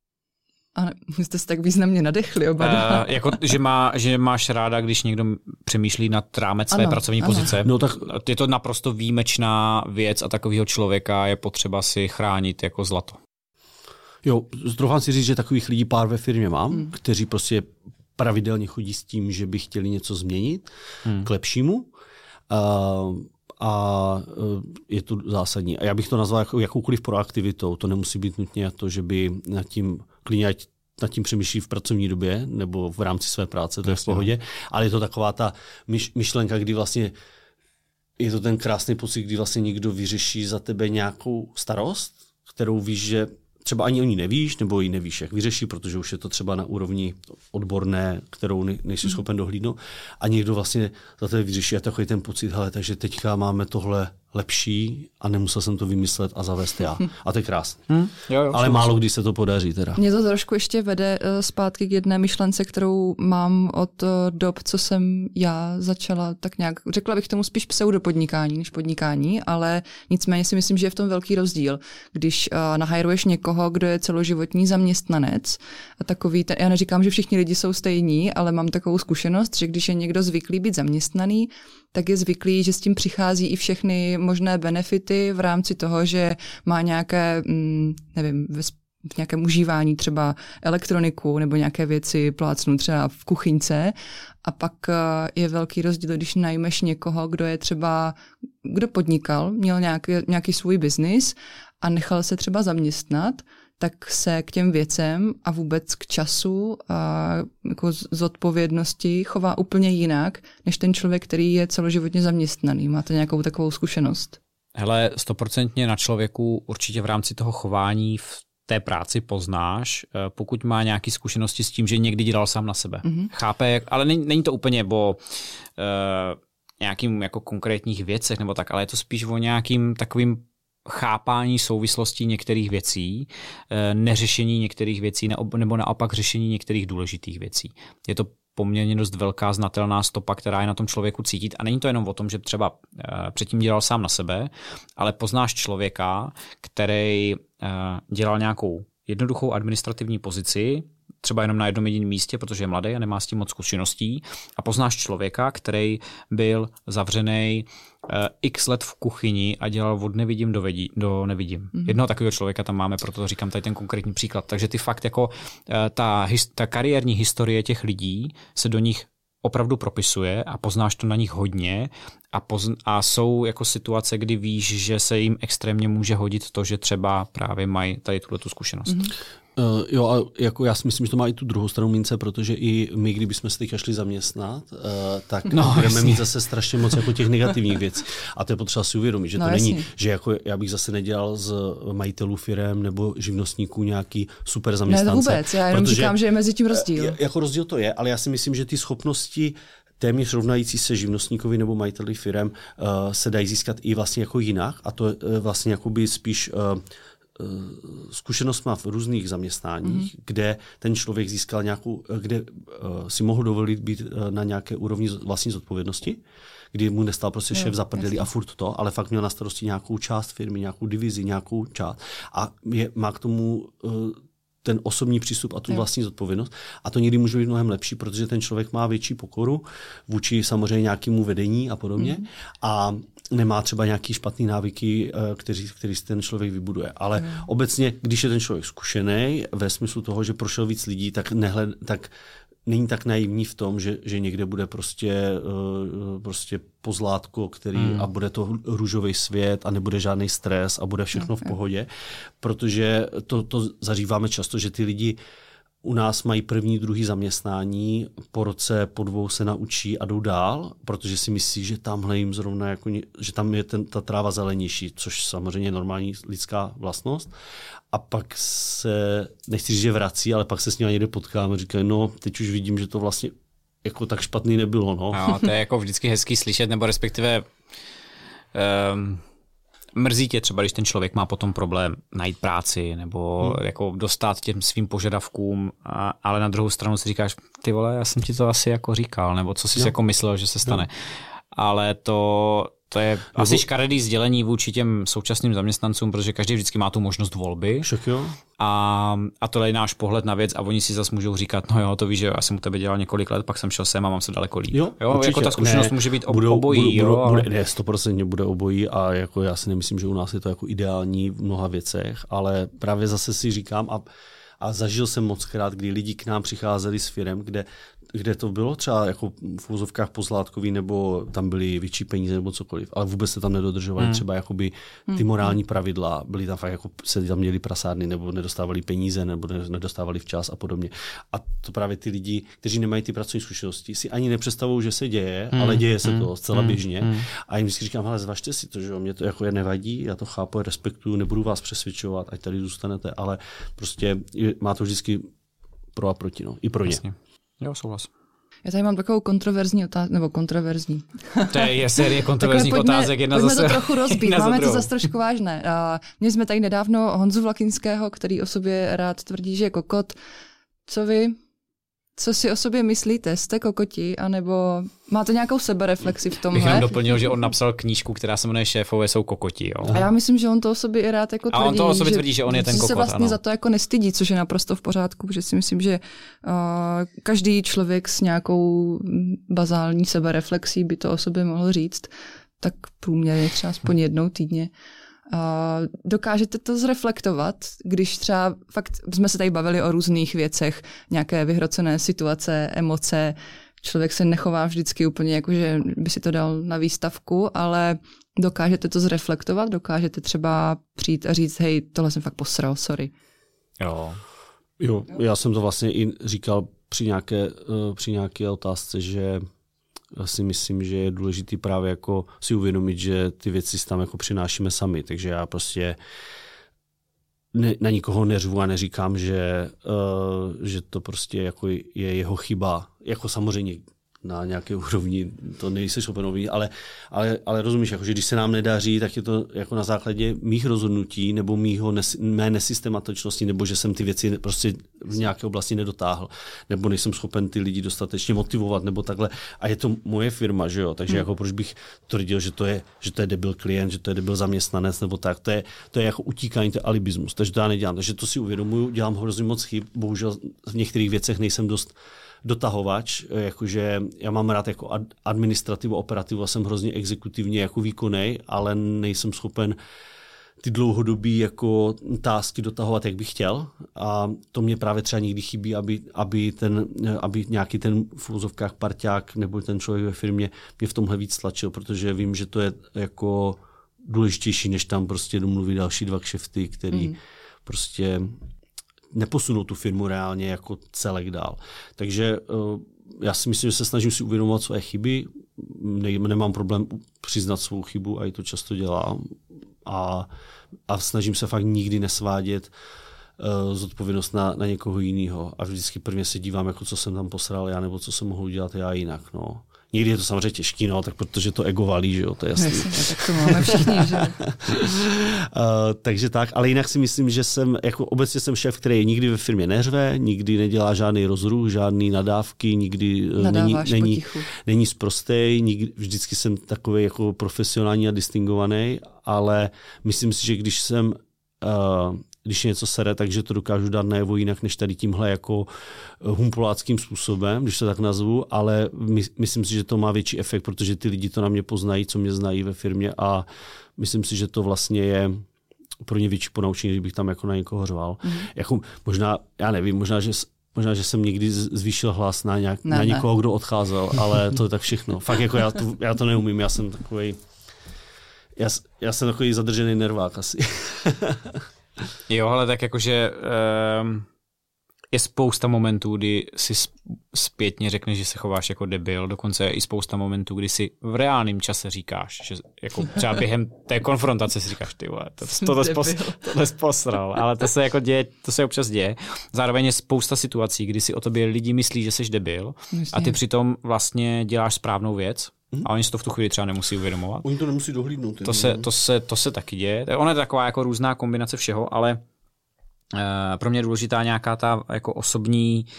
A jste se tak významně nadechli oba dva. Uh, jako, že, má, že máš ráda, když někdo přemýšlí nad rámec své ano, pracovní ano. pozice. No, tak... Je to naprosto výjimečná věc a takového člověka je potřeba si chránit jako zlato. Jo, troufám si říct, že takových lidí pár ve firmě mám, hmm. kteří prostě pravidelně chodí s tím, že by chtěli něco změnit hmm. k lepšímu. Uh, a je to zásadní. A já bych to nazval jako jakoukoliv proaktivitou. To nemusí být nutně to, že by nad tím klidně ať nad tím přemýšlí v pracovní době nebo v rámci své práce, to je v pohodě. Ale je to taková ta myš, myšlenka, kdy vlastně je to ten krásný pocit, kdy vlastně někdo vyřeší za tebe nějakou starost, kterou víš, že třeba ani o ní nevíš, nebo ji nevíš, jak vyřeší, protože už je to třeba na úrovni odborné, kterou nejsi schopen dohlídnout. A někdo vlastně za tebe vyřeší a takový ten pocit, hele, takže teďka máme tohle lepší a nemusel jsem to vymyslet a zavést já. A to je krásné. Hmm. Jo, jo, ale málo kdy se to podaří teda. Mě to trošku ještě vede uh, zpátky k jedné myšlence, kterou mám od uh, dob, co jsem já začala tak nějak, řekla bych tomu spíš pseudopodnikání než podnikání, ale nicméně si myslím, že je v tom velký rozdíl. Když uh, nahajruješ někoho, kdo je celoživotní zaměstnanec a takový, ten, já neříkám, že všichni lidi jsou stejní, ale mám takovou zkušenost, že když je někdo zvyklý být zaměstnaný, tak je zvyklý, že s tím přichází i všechny možné benefity v rámci toho, že má nějaké, nevím, v nějakém užívání třeba elektroniku nebo nějaké věci plácnu třeba v kuchyňce a pak je velký rozdíl, když najmeš někoho, kdo je třeba, kdo podnikal, měl nějaký, nějaký svůj biznis a nechal se třeba zaměstnat, tak se k těm věcem a vůbec k času a jako zodpovědnosti chová úplně jinak, než ten člověk, který je celoživotně zaměstnaný. Máte nějakou takovou zkušenost? Hele, stoprocentně na člověku určitě v rámci toho chování v té práci poznáš, pokud má nějaké zkušenosti s tím, že někdy dělal sám na sebe. Mm-hmm. Chápe, jak, ale není, není to úplně o uh, nějakým jako konkrétních věcech nebo tak, ale je to spíš o nějakým takovým chápání souvislostí některých věcí, neřešení některých věcí nebo naopak řešení některých důležitých věcí. Je to poměrně dost velká znatelná stopa, která je na tom člověku cítit. A není to jenom o tom, že třeba předtím dělal sám na sebe, ale poznáš člověka, který dělal nějakou jednoduchou administrativní pozici, třeba jenom na jednom jediném místě, protože je mladý a nemá s tím moc zkušeností. A poznáš člověka, který byl zavřený uh, x let v kuchyni a dělal od nevidím do, vedí, do nevidím. Mm-hmm. Jednoho takového člověka tam máme, proto říkám tady ten konkrétní příklad. Takže ty fakt jako uh, ta, ta kariérní historie těch lidí se do nich opravdu propisuje a poznáš to na nich hodně a, pozn- a jsou jako situace, kdy víš, že se jim extrémně může hodit to, že třeba právě mají tady tuhletu zkušenost. Mm-hmm. Uh, jo, a jako já si myslím, že to má i tu druhou stranu mince, protože i my, kdybychom se teďka šli zaměstnat, uh, tak no, budeme jasný. mít zase strašně moc jako těch negativních věcí. A to je potřeba si uvědomit, že no, to jasný. není, že jako já bych zase nedělal z majitelů firem nebo živnostníků nějaký super zaměstnance. Ne, vůbec, já jenom protože, říkám, že je mezi tím rozdíl. Jako rozdíl to je, ale já si myslím, že ty schopnosti téměř rovnající se živnostníkovi nebo majiteli firem uh, se dají získat i vlastně jako jinak a to je uh, vlastně jakoby spíš uh, zkušenost má v různých zaměstnáních, mm-hmm. kde ten člověk získal nějakou, kde uh, si mohl dovolit být uh, na nějaké úrovni vlastní zodpovědnosti, kdy mu nestal prostě šéf za prdeli a furt to, ale fakt měl na starosti nějakou část firmy, nějakou divizi, nějakou část a je, má k tomu uh, ten osobní přístup a tu jo. vlastní zodpovědnost. A to někdy může být mnohem lepší, protože ten člověk má větší pokoru vůči samozřejmě nějakému vedení a podobně. Mm. A nemá třeba nějaký špatný návyky, který, který si ten člověk vybuduje. Ale mm. obecně, když je ten člověk zkušený, ve smyslu toho, že prošel víc lidí, tak, nehled, tak není tak naivní v tom, že, že někde bude prostě, uh, prostě pozlátko, který mm. a bude to růžový svět a nebude žádný stres a bude všechno okay. v pohodě. Protože to, to zažíváme často, že ty lidi u nás mají první, druhý zaměstnání, po roce, po dvou se naučí a jdou dál, protože si myslí, že tamhle jim zrovna, jako, že tam je ten, ta tráva zelenější, což samozřejmě je normální lidská vlastnost. A pak se, nechci říct, že vrací, ale pak se s ním někde potkáme a říkají, no, teď už vidím, že to vlastně jako tak špatný nebylo. No, no to je jako vždycky hezký slyšet, nebo respektive um, mrzí tě třeba, když ten člověk má potom problém najít práci nebo hmm. jako dostat těm svým požadavkům, a, ale na druhou stranu si říkáš, ty vole, já jsem ti to asi jako říkal, nebo co jsi no. si jako myslel, že se stane. No. Ale to to je Nebo... asi škaredý sdělení vůči těm současným zaměstnancům, protože každý vždycky má tu možnost volby. Však jo. A, a to je náš pohled na věc a oni si zase můžou říkat, no jo, to víš, že já jsem u tebe dělal několik let, pak jsem šel sem a mám se daleko líp. Jo, jo jako ta zkušenost ne, může být ob, budou, obojí. Budou, jo, budou, ale... bude, ne, sto procent bude obojí a jako já si nemyslím, že u nás je to jako ideální v mnoha věcech, ale právě zase si říkám a, a zažil jsem moc krát, kdy lidi k nám přicházeli s firem, kde kde to bylo třeba jako v úzovkách pozlátkový, nebo tam byly větší peníze nebo cokoliv, ale vůbec se tam nedodržovaly hmm. třeba jakoby ty morální pravidla, byly tam fakt jako se tam měli prasárny, nebo nedostávali peníze, nebo nedostávali včas a podobně. A to právě ty lidi, kteří nemají ty pracovní zkušenosti, si ani nepředstavují, že se děje, hmm. ale děje se hmm. to zcela běžně. Hmm. A jim vždycky říkám, hele, zvažte si to, že mě to jako je nevadí, já to chápu, respektuju, nebudu vás přesvědčovat, ať tady zůstanete, ale prostě má to vždycky pro a proti, no, i pro ně. Jasně. Jo, souhlas. Já tady mám takovou kontroverzní otázku, nebo kontroverzní. To je série kontroverzních pojďme, otázek, jedna pojďme zase. Pojďme to trochu rozbít, máme to zase trošku vážné. Uh, měli jsme tady nedávno Honzu Vlakinského, který o sobě rád tvrdí, že je kokot. Co vy? Co si o sobě myslíte? Jste kokoti? Anebo máte nějakou sebereflexi v tomhle? Bych jenom doplnil, že on napsal knížku, která se jmenuje Šéfové jsou kokoti. Jo? A já myslím, že on to o sobě i rád jako tvrdí. A on to o sobě tvrdí, že on je ten kokot. Že se vlastně ano. za to jako nestydí, což je naprosto v pořádku, protože si myslím, že uh, každý člověk s nějakou bazální sebereflexí by to o sobě mohl říct, tak průměrně třeba aspoň jednou týdně. Uh, dokážete to zreflektovat, když třeba fakt jsme se tady bavili o různých věcech, nějaké vyhrocené situace, emoce, člověk se nechová vždycky úplně jako, že by si to dal na výstavku, ale dokážete to zreflektovat, dokážete třeba přijít a říct, hej, tohle jsem fakt posral, sorry. Jo. Jo, já jsem to vlastně i říkal při nějaké, při nějaké otázce, že si myslím, že je důležitý právě jako si uvědomit, že ty věci si tam jako přinášíme sami, takže já prostě ne, na nikoho neřvu a neříkám, že, uh, že to prostě jako je jeho chyba, jako samozřejmě na nějaké úrovni, to nejsi schopen ovlivnit, ale, ale, ale rozumíš, jako, že když se nám nedaří, tak je to jako na základě mých rozhodnutí nebo mýho nes, mé nesystematičnosti, nebo že jsem ty věci prostě v nějaké oblasti nedotáhl, nebo nejsem schopen ty lidi dostatečně motivovat, nebo takhle. A je to moje firma, že jo, takže hmm. jako proč bych tvrdil, že to je, že to je debil klient, že to je debil zaměstnanec, nebo tak, to je, to je jako utíkání, to je alibismus, takže to já nedělám, takže to si uvědomuju, dělám hrozně moc chyb, bohužel v některých věcech nejsem dost dotahovač, jakože já mám rád jako administrativu, operativu a jsem hrozně exekutivně jako výkonnej, ale nejsem schopen ty dlouhodobý jako tásky dotahovat, jak bych chtěl. A to mě právě třeba někdy chybí, aby, aby, ten, aby nějaký ten v úzovkách parťák nebo ten člověk ve firmě mě v tomhle víc tlačil, protože vím, že to je jako důležitější, než tam prostě domluví další dva kšefty, který mm. prostě neposunou tu firmu reálně jako celek dál. Takže uh, já si myslím, že se snažím si uvědomovat své chyby, ne, nemám problém přiznat svou chybu a i to často dělám a, a snažím se fakt nikdy nesvádět uh, zodpovědnost na, na někoho jiného a vždycky prvně se dívám, jako co jsem tam posral já nebo co jsem mohl udělat já jinak. No. Někdy je to samozřejmě těžký, no, tak protože to ego valí, že jo, to je jasný. Jasně, tak to máme všichni, že? uh, takže tak, ale jinak si myslím, že jsem, jako obecně jsem šéf, který nikdy ve firmě neřve, nikdy nedělá žádný rozruch, žádný nadávky, nikdy není, není, není sprostej, nikdy, vždycky jsem takový jako profesionální a distingovaný, ale myslím si, že když jsem uh, když je něco sere, takže to dokážu dát najevo jinak, než tady tímhle jako humpoláckým způsobem, když to tak nazvu, ale my, myslím si, že to má větší efekt, protože ty lidi to na mě poznají, co mě znají ve firmě a myslím si, že to vlastně je pro ně větší ponaučení, když bych tam jako na někoho řval. Mm. Jako možná, já nevím, možná, že Možná, že jsem někdy zvýšil hlas na, nějak, ne, na někoho, ne. kdo odcházel, ale to je tak všechno. Fakt jako já to, já to neumím, já jsem takový, já, já jsem takový zadržený nervák asi. Jo, ale tak jakože um, je spousta momentů, kdy si zpětně řekneš, že se chováš jako debil, dokonce je i spousta momentů, kdy si v reálném čase říkáš, že jako třeba během té konfrontace si říkáš, ty vole, to, to, to, pos, tohle posral, ale to se jako děje, to se občas děje. Zároveň je spousta situací, kdy si o tobě lidi myslí, že jsi debil a ty přitom vlastně děláš správnou věc. A oni si to v tu chvíli třeba nemusí uvědomovat. Oni to nemusí dohlídnout. To se, to, se, to se taky děje. Ona je taková jako různá kombinace všeho, ale uh, pro mě je důležitá nějaká ta jako osobní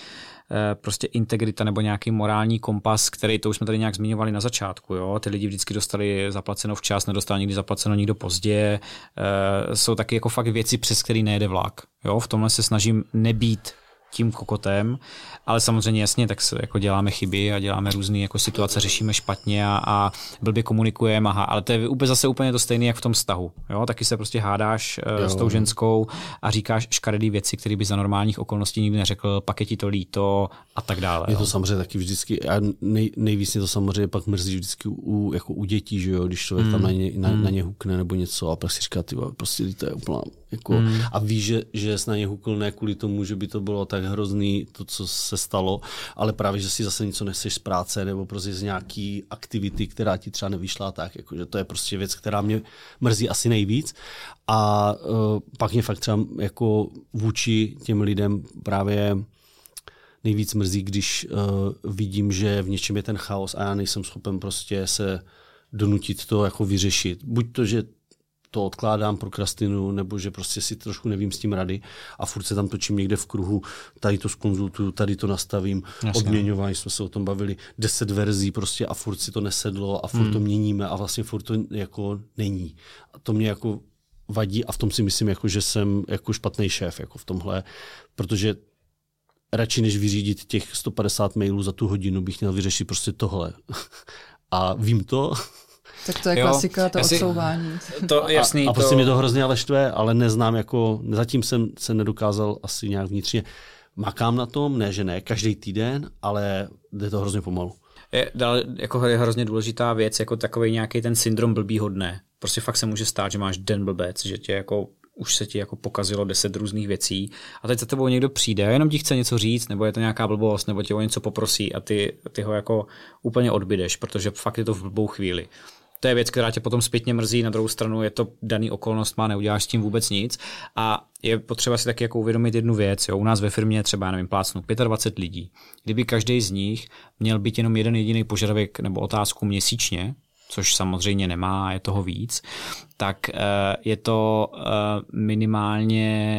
prostě integrita nebo nějaký morální kompas, který to už jsme tady nějak zmiňovali na začátku. Jo? Ty lidi vždycky dostali zaplaceno včas, nedostali nikdy zaplaceno nikdo pozdě. Jsou taky jako fakt věci, přes který nejede vlak. Jo? V tomhle se snažím nebýt tím kokotem, ale samozřejmě jasně, tak se jako děláme chyby a děláme různé jako situace, řešíme špatně a, a blbě komunikujeme, aha, ale to je úplně zase úplně to stejné, jak v tom vztahu. Jo? Taky se prostě hádáš jo. s tou ženskou a říkáš škaredý věci, které by za normálních okolností nikdy neřekl, pak je ti to líto a tak dále. Je jo? to samozřejmě taky vždycky, a nej, nejvíc mě to samozřejmě pak mrzí vždycky u, jako u dětí, že jo? Když člověk hmm. tam na ně, na, hmm. na ně hukne nebo něco a prostě říká, ty prostě to je úplná, jako, hmm. a ví, že, že jsi na ně hukl ne kvůli tomu, že by to bylo tak hrozný, to, co se stalo, ale právě, že si zase něco neseš z práce nebo prostě z nějaký aktivity, která ti třeba nevyšla tak, jakože to je prostě věc, která mě mrzí asi nejvíc. A uh, pak mě fakt třeba jako vůči těm lidem právě nejvíc mrzí, když uh, vidím, že v něčem je ten chaos a já nejsem schopen prostě se donutit to jako vyřešit. Buď to, že to odkládám, prokrastinu, nebo že prostě si trošku nevím s tím rady a furt se tam točím někde v kruhu, tady to zkonzultuju, tady to nastavím, Jasně. odměňování, jsme se o tom bavili, deset verzí prostě a furt si to nesedlo a furt hmm. to měníme a vlastně furt to jako není. A to mě jako vadí a v tom si myslím, jako, že jsem jako špatný šéf jako v tomhle, protože radši než vyřídit těch sto padesát mailů za tu hodinu bych měl vyřešit prostě tohle. A vím to. Tak to je jo, klasika, to jasný, odsouvání. To, jasný, a, a prostě to... mě to hrozně ale štve, ale neznám jako, zatím jsem se nedokázal asi nějak vnitřně. Makám na tom, ne, že ne, každý týden, ale jde to hrozně pomalu. Je, dal, jako je hrozně důležitá věc, jako takový nějaký ten syndrom blbýho dne. Prostě fakt se může stát, že máš den blbec, že tě jako už se ti jako pokazilo deset různých věcí a teď za tebou někdo přijde a jenom ti chce něco říct, nebo je to nějaká blbost, nebo tě o něco poprosí a ty, ty ho jako úplně odbydeš, protože fakt je to v blbou chvíli. To je věc, která tě potom zpětně mrzí, na druhou stranu je to daný okolnost, má, neuděláš s tím vůbec nic a je potřeba si taky jako uvědomit jednu věc. Jo. U nás ve firmě třeba, já nevím, plácnu dvacet pět lidí. Kdyby každý z nich měl být jenom jeden jediný požadavek nebo otázku měsíčně, což samozřejmě nemá, je toho víc, tak je to minimálně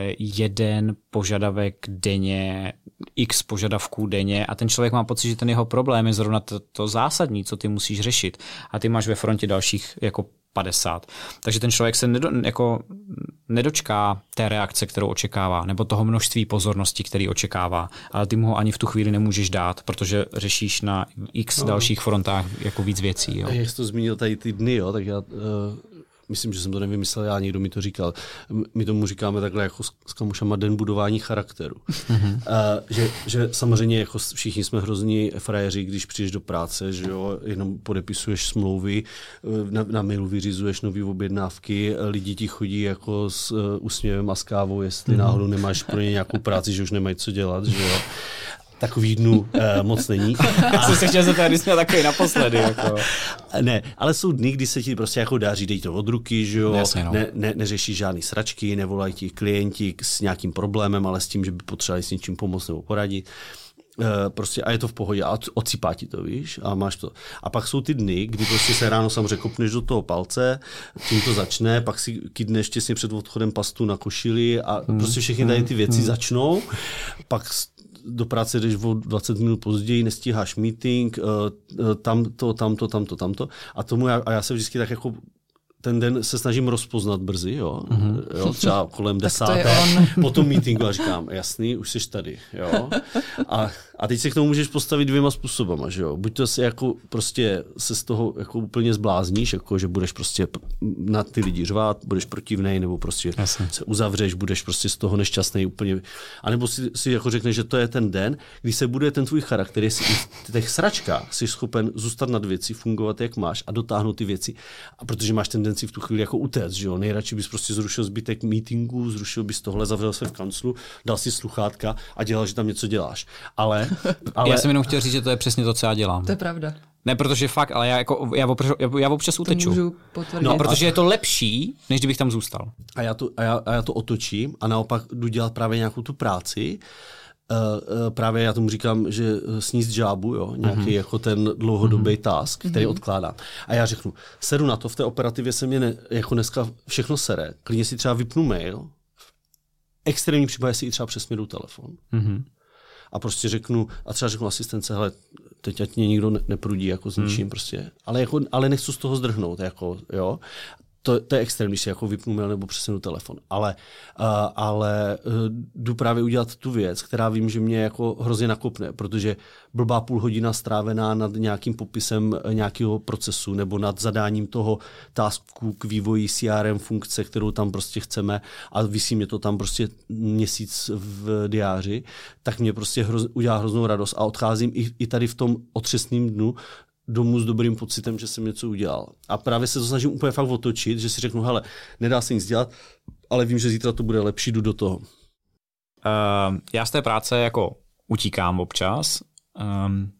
jeden požadavek denně, x požadavků denně a ten člověk má pocit, že ten jeho problém je zrovna to, to zásadní, co ty musíš řešit a ty máš ve frontě dalších jako padesát. Takže ten člověk se nedo, jako nedočká té reakce, kterou očekává, nebo toho množství pozornosti, který očekává, ale ty mu ho ani v tu chvíli nemůžeš dát, protože řešíš na x no. dalších frontách jako víc věcí. Jo. Jak jsi to zmínil tady ty dny, jo, tak já... Uh... Myslím, že jsem to nevymyslel, já někdo mi to říkal. My tomu říkáme takhle jako s kamošama den budování charakteru. Mm-hmm. Uh, že, že samozřejmě jako všichni jsme hrozní frajeři, když přijdeš do práce, že jo, jenom podepisuješ smlouvy, na, na mailu vyřizuješ nové objednávky, lidi ti chodí jako s uh, úsměvem a s kávou, jestli mm-hmm. náhodou nemáš pro ně nějakou práci, že už nemají co dělat, že jo. Takový dnů uh, moc není. Já jsem se chtěl zeptat, když jsme takový naposledy. Jako. Ne, ale jsou dny, kdy se ti prostě jako daří, dej to od ruky, že jo, Jasně, no. ne, ne, neřešíš žádný sračky, nevolají ti klienti s nějakým problémem, ale s tím, že by potřebovali s něčím pomoct nebo poradit. Uh, prostě a je to v pohodě a odsypá ti to, víš, a máš to. A pak jsou ty dny, kdy prostě se ráno samozřejmě kopneš do toho palce, tím to začne, pak si kydneš těsně před odchodem pastu na košili a hmm. prostě všechny tady ty věci hmm. začnou, pak do práce jdeš o dvacet minut později, nestíháš meeting, tamto, tamto, tamto, tamto. A tomu já, a já se vždycky tak jako ten den se snažím rozpoznat brzy, jo, mm-hmm. jo třeba kolem desáté, po tom meetingu a říkám, jasný, už jsi tady, jo. A, a teď se k tomu můžeš postavit dvěma způsobama, že jo. Buď to si jako prostě se z toho jako úplně zblázníš, jako že budeš prostě na ty lidi řvát, budeš protivnej, nebo prostě Jasně. se uzavřeš, budeš prostě z toho nešťastný úplně. A nebo si, si jako řekneš, že to je ten den, kdy se bude ten tvůj charakter, jestli v těch sračkách jsi schopen zůstat nad věci, fungovat jak máš a dotáhnout ty věci. A protože máš tendenci v tu chvíli jako utéct, že jo. Nejradši bys prostě zrušil zbytek meetingů, zrušil bys tohle, zavřel se v kanclu, dal si sluchátka a dělal, že tam něco děláš. Ale, ale... Já jsem jenom chtěl říct, že to je přesně to, co já dělám. To je pravda. Ne, protože fakt, ale já, jako, já, občas, já občas uteču. Můžu potvrdit. No, protože je to lepší, než kdybych tam zůstal. A já to, a já, a já to otočím a naopak jdu dělat právě nějakou tu práci. Uh, uh, právě já tomu říkám, že sníst žábu, jo, nějaký mm-hmm. jako ten dlouhodobý mm-hmm. task, který mm-hmm. odkládám. A já řeknu, sedu na to, v té operativě se mě ne, jako dneska všechno sere, klidně si třeba vypnu mail, v extrémní případě si i třeba přesměru telefon. Mm-hmm. a prostě řeknu, a třeba řeknu asistence, hele, teď ať mě nikdo ne- neprudí jako s ničím hmm. prostě, ale, jako, ale nechci z toho zdrhnout, jako, jo. To, to je extrém, když si jako vypnu mail nebo přesunu telefon. Ale, uh, ale uh, jdu právě udělat tu věc, která vím, že mě jako hrozně nakopne, protože blbá půl hodina strávená nad nějakým popisem nějakého procesu nebo nad zadáním toho tasku k vývoji C R M funkce, kterou tam prostě chceme a visí mě to tam prostě měsíc v diáři, tak mě prostě hroz, udělá hroznou radost a odcházím i, i tady v tom otřesném dnu domů s dobrým pocitem, že jsem něco udělal. A právě se to snažím úplně fakt otočit, že si řeknu, hele, nedá se nic dělat, ale vím, že zítra to bude lepší, jdu do toho. Uh, já z té práce jako utíkám občas. Um,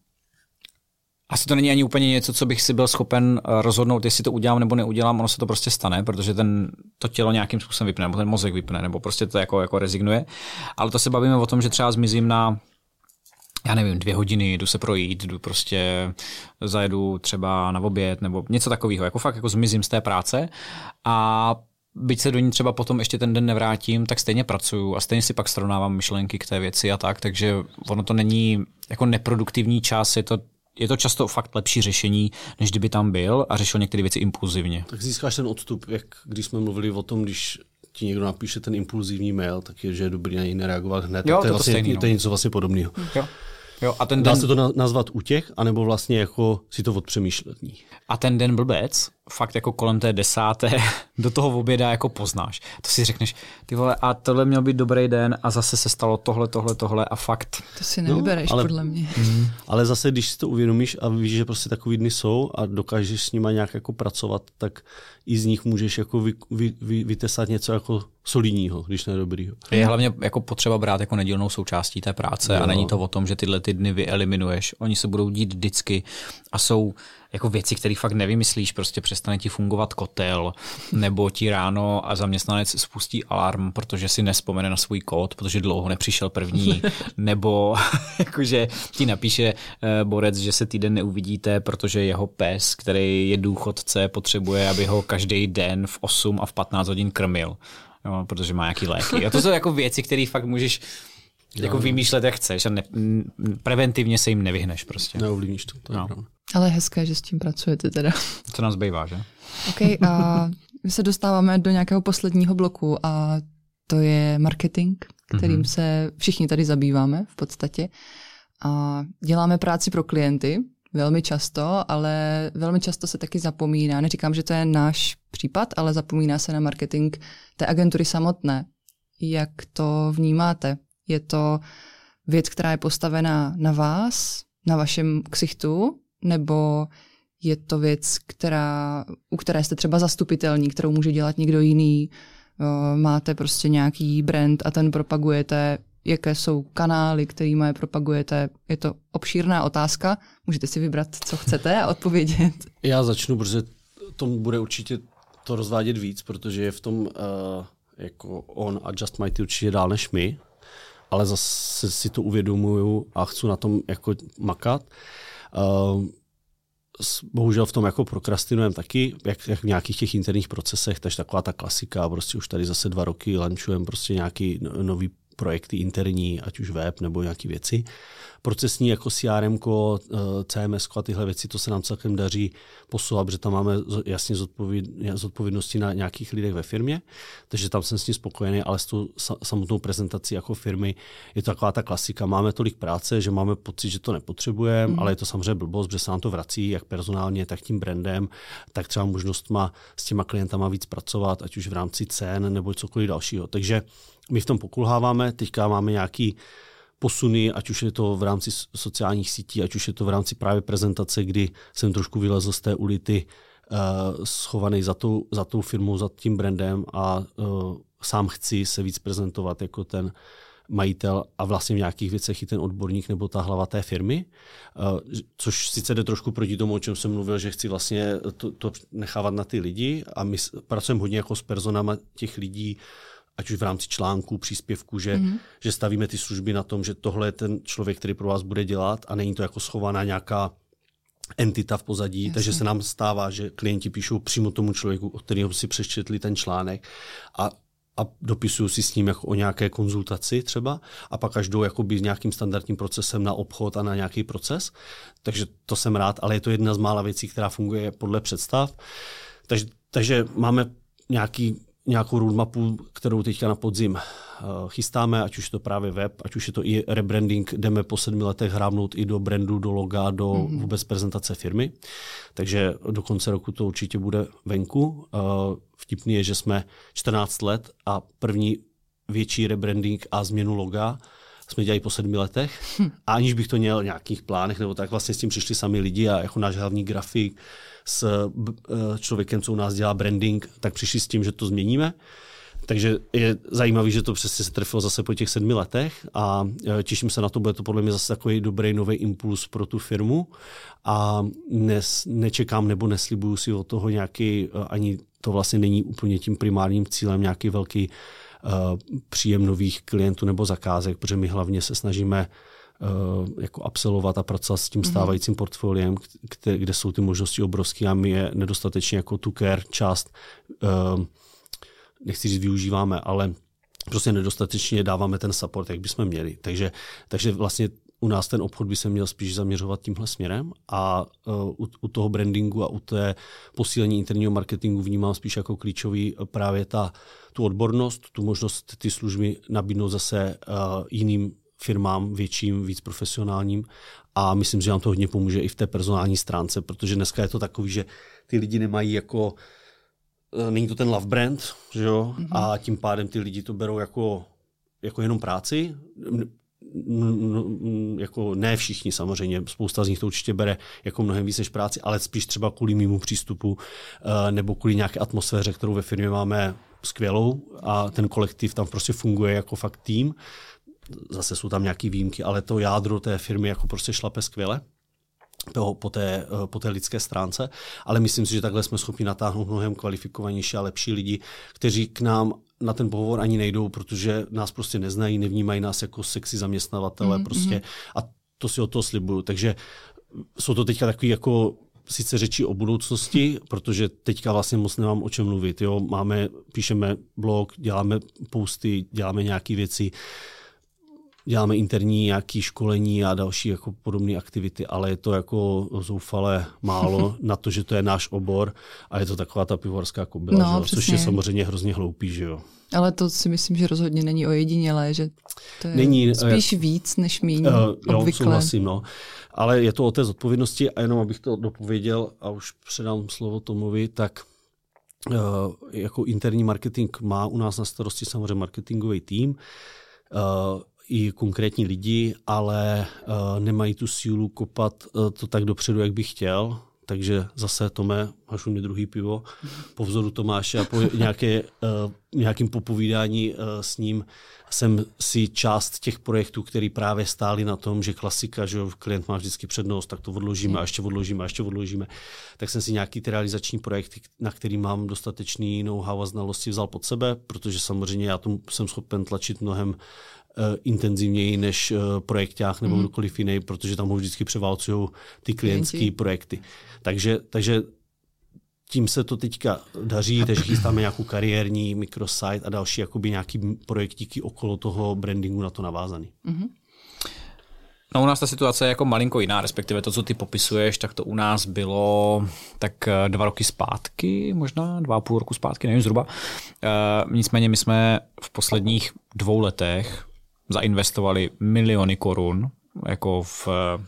asi to není ani úplně něco, co bych si byl schopen rozhodnout, jestli to udělám nebo neudělám, ono se to prostě stane, protože ten, to tělo nějakým způsobem vypne, nebo ten mozek vypne, nebo prostě to jako, jako rezignuje. Ale to se bavíme o tom, že třeba zmizím na já nevím, dvě hodiny, jdu se projít, jdu prostě zajedu třeba na oběd nebo něco takového. Jako fakt jako zmizím z té práce a byť se do ní třeba potom ještě ten den nevrátím, tak stejně pracuju a stejně si pak srovnávám myšlenky k té věci a tak, takže ono to není jako neproduktivní čas, je to, je to často fakt lepší řešení, než kdyby tam byl a řešil některé věci impulzivně. Tak získáš ten odstup, jak když jsme mluvili o tom, když ti někdo napíše ten impulzivní mail, tak je, že je dobrý na něj nereagovat hned. Jo, to, je to, vlastně, stejný, no. to je něco vlastně podobného. Jo. Jo, a ten Dá den... se to nazvat útěch, anebo vlastně jako si to odpřemýšlení. A ten den blbec, fakt jako kolem té desáté do toho oběda jako poznáš. To si řekneš, ty vole, a tohle měl být dobrý den a zase se stalo tohle, tohle, tohle a fakt. To si nevybereš, no, ale, podle mě. Mm, ale zase, když si to uvědomíš a víš, že prostě takový dny jsou a dokážeš s nima nějak jako pracovat, tak i z nich můžeš jako vy, vy, vy, vytesat něco jako solidního, když ne dobrýho. Je hlavně jako potřeba brát jako nedílnou součástí té práce jo. A není to o tom, že tyhle ty dny vyeliminuješ. Oni se budou dít vždycky a jsou jako věci, které fakt nevymyslíš, prostě přestane ti fungovat kotel, nebo ti ráno a zaměstnanec spustí alarm, protože si nespomene na svůj kód, protože dlouho nepřišel první, nebo jakože ti napíše uh, borec, že se týden neuvidíte, protože jeho pes, který je důchodce, potřebuje, aby ho každý den v osm a v patnáct hodin krmil, jo, protože má nějaký léky. A to jsou jako věci, které fakt můžeš jako no, vymýšlet, jak chceš a ne, preventivně se jim nevyhneš prostě. Neovlivníš to. to no. Ale je hezké, že s tím pracujete teda. Co nás bývá, že? OK, a my se dostáváme do nějakého posledního bloku a to je marketing, kterým mm-hmm. se všichni tady zabýváme v podstatě. A děláme práci pro klienty velmi často, ale velmi často se taky zapomíná. Neříkám, že to je náš případ, ale zapomíná se na marketing té agentury samotné. Jak to vnímáte? Je to věc, která je postavená na vás, na vašem ksichtu, nebo je to věc, která, u které jste třeba zastupitelní, kterou může dělat někdo jiný, máte prostě nějaký brand a ten propagujete, jaké jsou kanály, kterými je propagujete. Je to obšírná otázka, můžete si vybrat, co chcete a odpovědět. Já začnu, protože to bude určitě to rozvádět víc, protože je v tom uh, jako on a Just Mighty určitě dál než my, ale zase si to uvědomuju a chci na tom jako makat. Uh, bohužel v tom jako prokrastinujeme taky, jak, jak v nějakých těch interních procesech, takže taková ta klasika, prostě už tady zase dva roky lančujeme prostě nějaký nový projekty interní, ať už web nebo nějaké věci. Procesní jako C R M ko, C M S ko a tyhle věci, to se nám celkem daří posouvat, protože tam máme jasně zodpověd, zodpovědnosti na nějakých lidech ve firmě, takže tam jsem s tím spokojený, ale s tou samotnou prezentací jako firmy je to taková ta klasika. Máme tolik práce, že máme pocit, že to nepotřebujeme, mm. ale je to samozřejmě blbost, protože se nám to vrací jak personálně, tak tím brandem, tak třeba možnostma s těma klientama víc pracovat, ať už v rámci cen nebo cokoliv dalšího. Takže my v tom pokulháváme, teďka máme nějaký posuny, ať už je to v rámci sociálních sítí, ať už je to v rámci právě prezentace, kdy jsem trošku vylezl z té ulity, uh, schovaný za tou, za tou firmou, za tím brandem a uh, sám chci se víc prezentovat jako ten majitel a vlastně v nějakých věcech i ten odborník nebo ta hlava té firmy, uh, což sice jde trošku proti tomu, o čem jsem mluvil, že chci vlastně to, to nechávat na ty lidi a my pracujeme hodně jako s personama těch lidí, ať už v rámci článků, příspěvků, že, mm. že stavíme ty služby na tom, že tohle je ten člověk, který pro vás bude dělat a není to jako schovaná nějaká entita v pozadí, Jasně. takže se nám stává, že klienti píšou přímo tomu člověku, od kterého si přečetli ten článek a a dopisuju si s ním jako o nějaké konzultaci třeba a pak až jdou jakoby s nějakým standardním procesem na obchod a na nějaký proces. Takže to jsem rád, ale je to jedna z mála věcí, která funguje podle představ. Takže, takže máme nějaký, nějakou roadmapu, kterou teďka na podzim chystáme, ať už je to právě web, ať už je to i rebranding, jdeme po sedmi letech hrábnout i do brandu, do loga, do mm-hmm. vůbec prezentace firmy. Takže do konce roku to určitě bude venku. Vtipný je, že jsme čtrnáct let a první větší rebranding a změnu loga jsme dělali po sedmi letech. Hm. A aniž bych to měl v nějakých plánech, nebo tak vlastně s tím přišli sami lidi a jako náš hlavní grafik s člověkem, co u nás dělá branding, tak přišli s tím, že to změníme. Takže je zajímavé, že to přesně se trefilo zase po těch sedmi letech a těším se na to, bude to podle mě zase takový dobrý nový impuls pro tu firmu a nes, nečekám nebo neslibuju si od toho nějaký, ani to vlastně není úplně tím primárním cílem, nějaký velký uh, příjem nových klientů nebo zakázek, protože my hlavně se snažíme uh, jako absolvovat a pracovat s tím stávajícím mm-hmm. portfoliem, kde, kde jsou ty možnosti obrovské a my je nedostatečně jako tu care část uh, nechci říct využíváme, ale prostě nedostatečně dáváme ten support, jak bychom měli. Takže, takže vlastně u nás ten obchod by se měl spíš zaměřovat tímhle směrem a uh, u, u toho brandingu a u té posílení interního marketingu vnímám spíš jako klíčový právě ta, tu odbornost, tu možnost ty služby nabídnout zase uh, jiným firmám, větším, víc profesionálním a myslím, že nám to hodně pomůže i v té personální stránce, protože dneska je to takový, že ty lidi nemají jako není to ten love brand, že jo? Mm-hmm. A tím pádem ty lidi to berou jako, jako jenom práci. Jako ne všichni samozřejmě, spousta z nich to určitě bere jako mnohem víc než práci, ale spíš třeba kvůli mému přístupu nebo kvůli nějaké atmosféře, kterou ve firmě máme skvělou a ten kolektiv tam prostě funguje jako fakt tým. Zase jsou tam nějaké výjimky, ale to jádro té firmy jako prostě šlape skvěle. Toho, po, té, po té lidské stránce, ale myslím si, že takhle jsme schopni natáhnout mnohem kvalifikovanější a lepší lidi, kteří k nám na ten pohovor ani nejdou, protože nás prostě neznají, nevnímají nás jako sexy zaměstnavatele mm, prostě mm. a to si od toho slibuju. Takže jsou to teďka takový jako sice řeči o budoucnosti, protože teďka vlastně moc nemám o čem mluvit. Jo? Máme, píšeme blog, děláme posty, děláme nějaké věci, děláme interní nějaké školení a další jako podobné aktivity, ale je to jako zoufale málo na to, že to je náš obor a je to taková ta pivovarská kobyla, no, což je samozřejmě hrozně hloupý. Že jo? Ale to si myslím, že rozhodně není ojedinělé, že to je není, spíš uh, víc než míň uh, obvykle. Jo, souhlasím, no. Ale je to o té zodpovědnosti a jenom abych to dopověděl a už předám slovo Tomovi, tak uh, jako interní marketing má u nás na starosti samozřejmě marketingový tým, uh, i konkrétní lidi, ale uh, nemají tu sílu kopat uh, to tak dopředu, jak bych chtěl. Takže zase, Tome, máš u mě druhý pivo, po vzoru Tomáše a po nějaké, uh, nějakým popovídání uh, s ním jsem si část těch projektů, které právě stály na tom, že klasika, že klient má vždycky přednost, tak to odložíme a ještě odložíme a ještě odložíme. Tak jsem si nějaký ty realizační projekty, na který mám dostatečný know-how a znalosti, vzal pod sebe, protože samozřejmě já tomu jsem schopen tlačit mnohem intenzivněji než projekták nebo mm. kdokoliv jiný, protože tam ho vždycky převálcují ty klientské projekty. Takže, takže tím se to teďka daří, takže chystáme nějakou kariérní mikrosite a další jakoby nějaký projektíky okolo toho brandingu na to navázaný. Mm-hmm. No u nás ta situace je jako malinko jiná, respektive to, co ty popisuješ, tak to u nás bylo tak dva roky zpátky, možná dva a půl roku zpátky, nevím zhruba. E, nicméně my jsme v posledních dvou letech zainvestovali miliony korun jako v,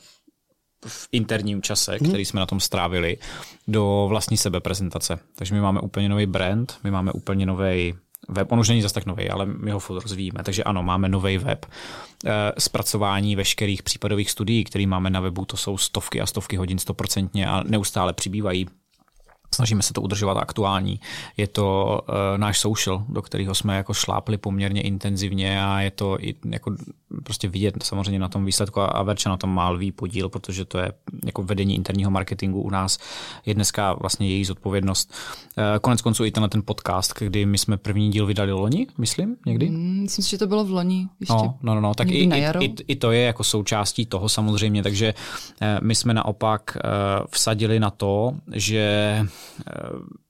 v interním čase, hmm. který jsme na tom strávili, do vlastní sebeprezentace. Takže my máme úplně nový brand, my máme úplně nový web, on už není zase tak nový, ale my ho furt rozvíjíme. Takže ano, máme nový web. E, zpracování veškerých případových studií, které máme na webu, to jsou stovky a stovky hodin stoprocentně a neustále přibývají. Snažíme se to udržovat aktuální. Je to uh, náš social, do kterého jsme jako šlápli poměrně intenzivně a je to i jako prostě vidět samozřejmě na tom výsledku a Verča na tom má lví podíl, protože to je jako vedení interního marketingu u nás je dneska vlastně její zodpovědnost. Uh, konec konců i tenhle ten podcast, kdy my jsme první díl vydali loni, myslím, někdy? Mm, myslím si, že to bylo v loni. Ještě no, no, no, no, tak i, i, i, i to je jako součástí toho samozřejmě, takže uh, my jsme naopak uh, vsadili na to, že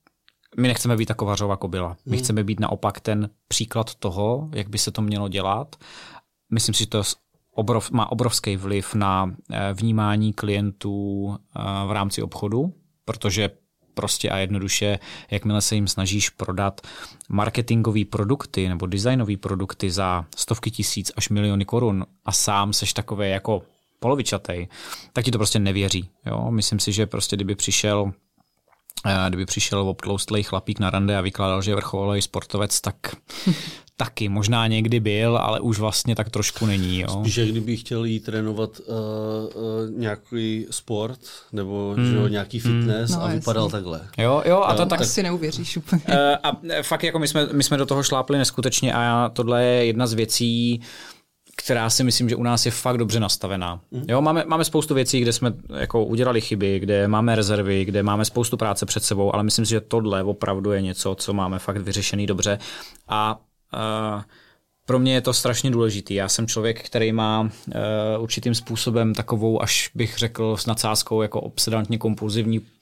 my nechceme být taková řova kobila. My hmm. chceme být naopak ten příklad toho, jak by se to mělo dělat. Myslím si, že to obrov, má obrovský vliv na vnímání klientů v rámci obchodu, protože prostě a jednoduše, jakmile se jim snažíš prodat marketingové produkty nebo designové produkty za stovky tisíc až miliony korun a sám seš takový jako polovičatej, tak ti to prostě nevěří. Jo? Myslím si, že prostě kdyby přišel kdyby přišel obtloustlej chlapík na rande a vykládal, že je vrcholový sportovec, tak taky možná někdy byl, ale už vlastně tak trošku není. Jo? Spíš, jak kdyby chtěl jít trénovat uh, uh, nějaký sport nebo hmm. že jo, nějaký fitness hmm. a no, vypadal jasný. Takhle. Jo, jo, a to jo, tak... tak si neuvěříš úplně. Uh, a fakt jako my jsme, my jsme do toho šlápli neskutečně a tohle je jedna z věcí, která si myslím, že u nás je fakt dobře nastavená. Jo, máme, máme spoustu věcí, kde jsme jako udělali chyby, kde máme rezervy, kde máme spoustu práce před sebou, ale myslím si, že tohle opravdu je něco, co máme fakt vyřešený dobře. A uh, pro mě je to strašně důležitý. Já jsem člověk, který má uh, určitým způsobem takovou, až bych řekl s nadsázkou, jako obsedantně kompulzivní uh,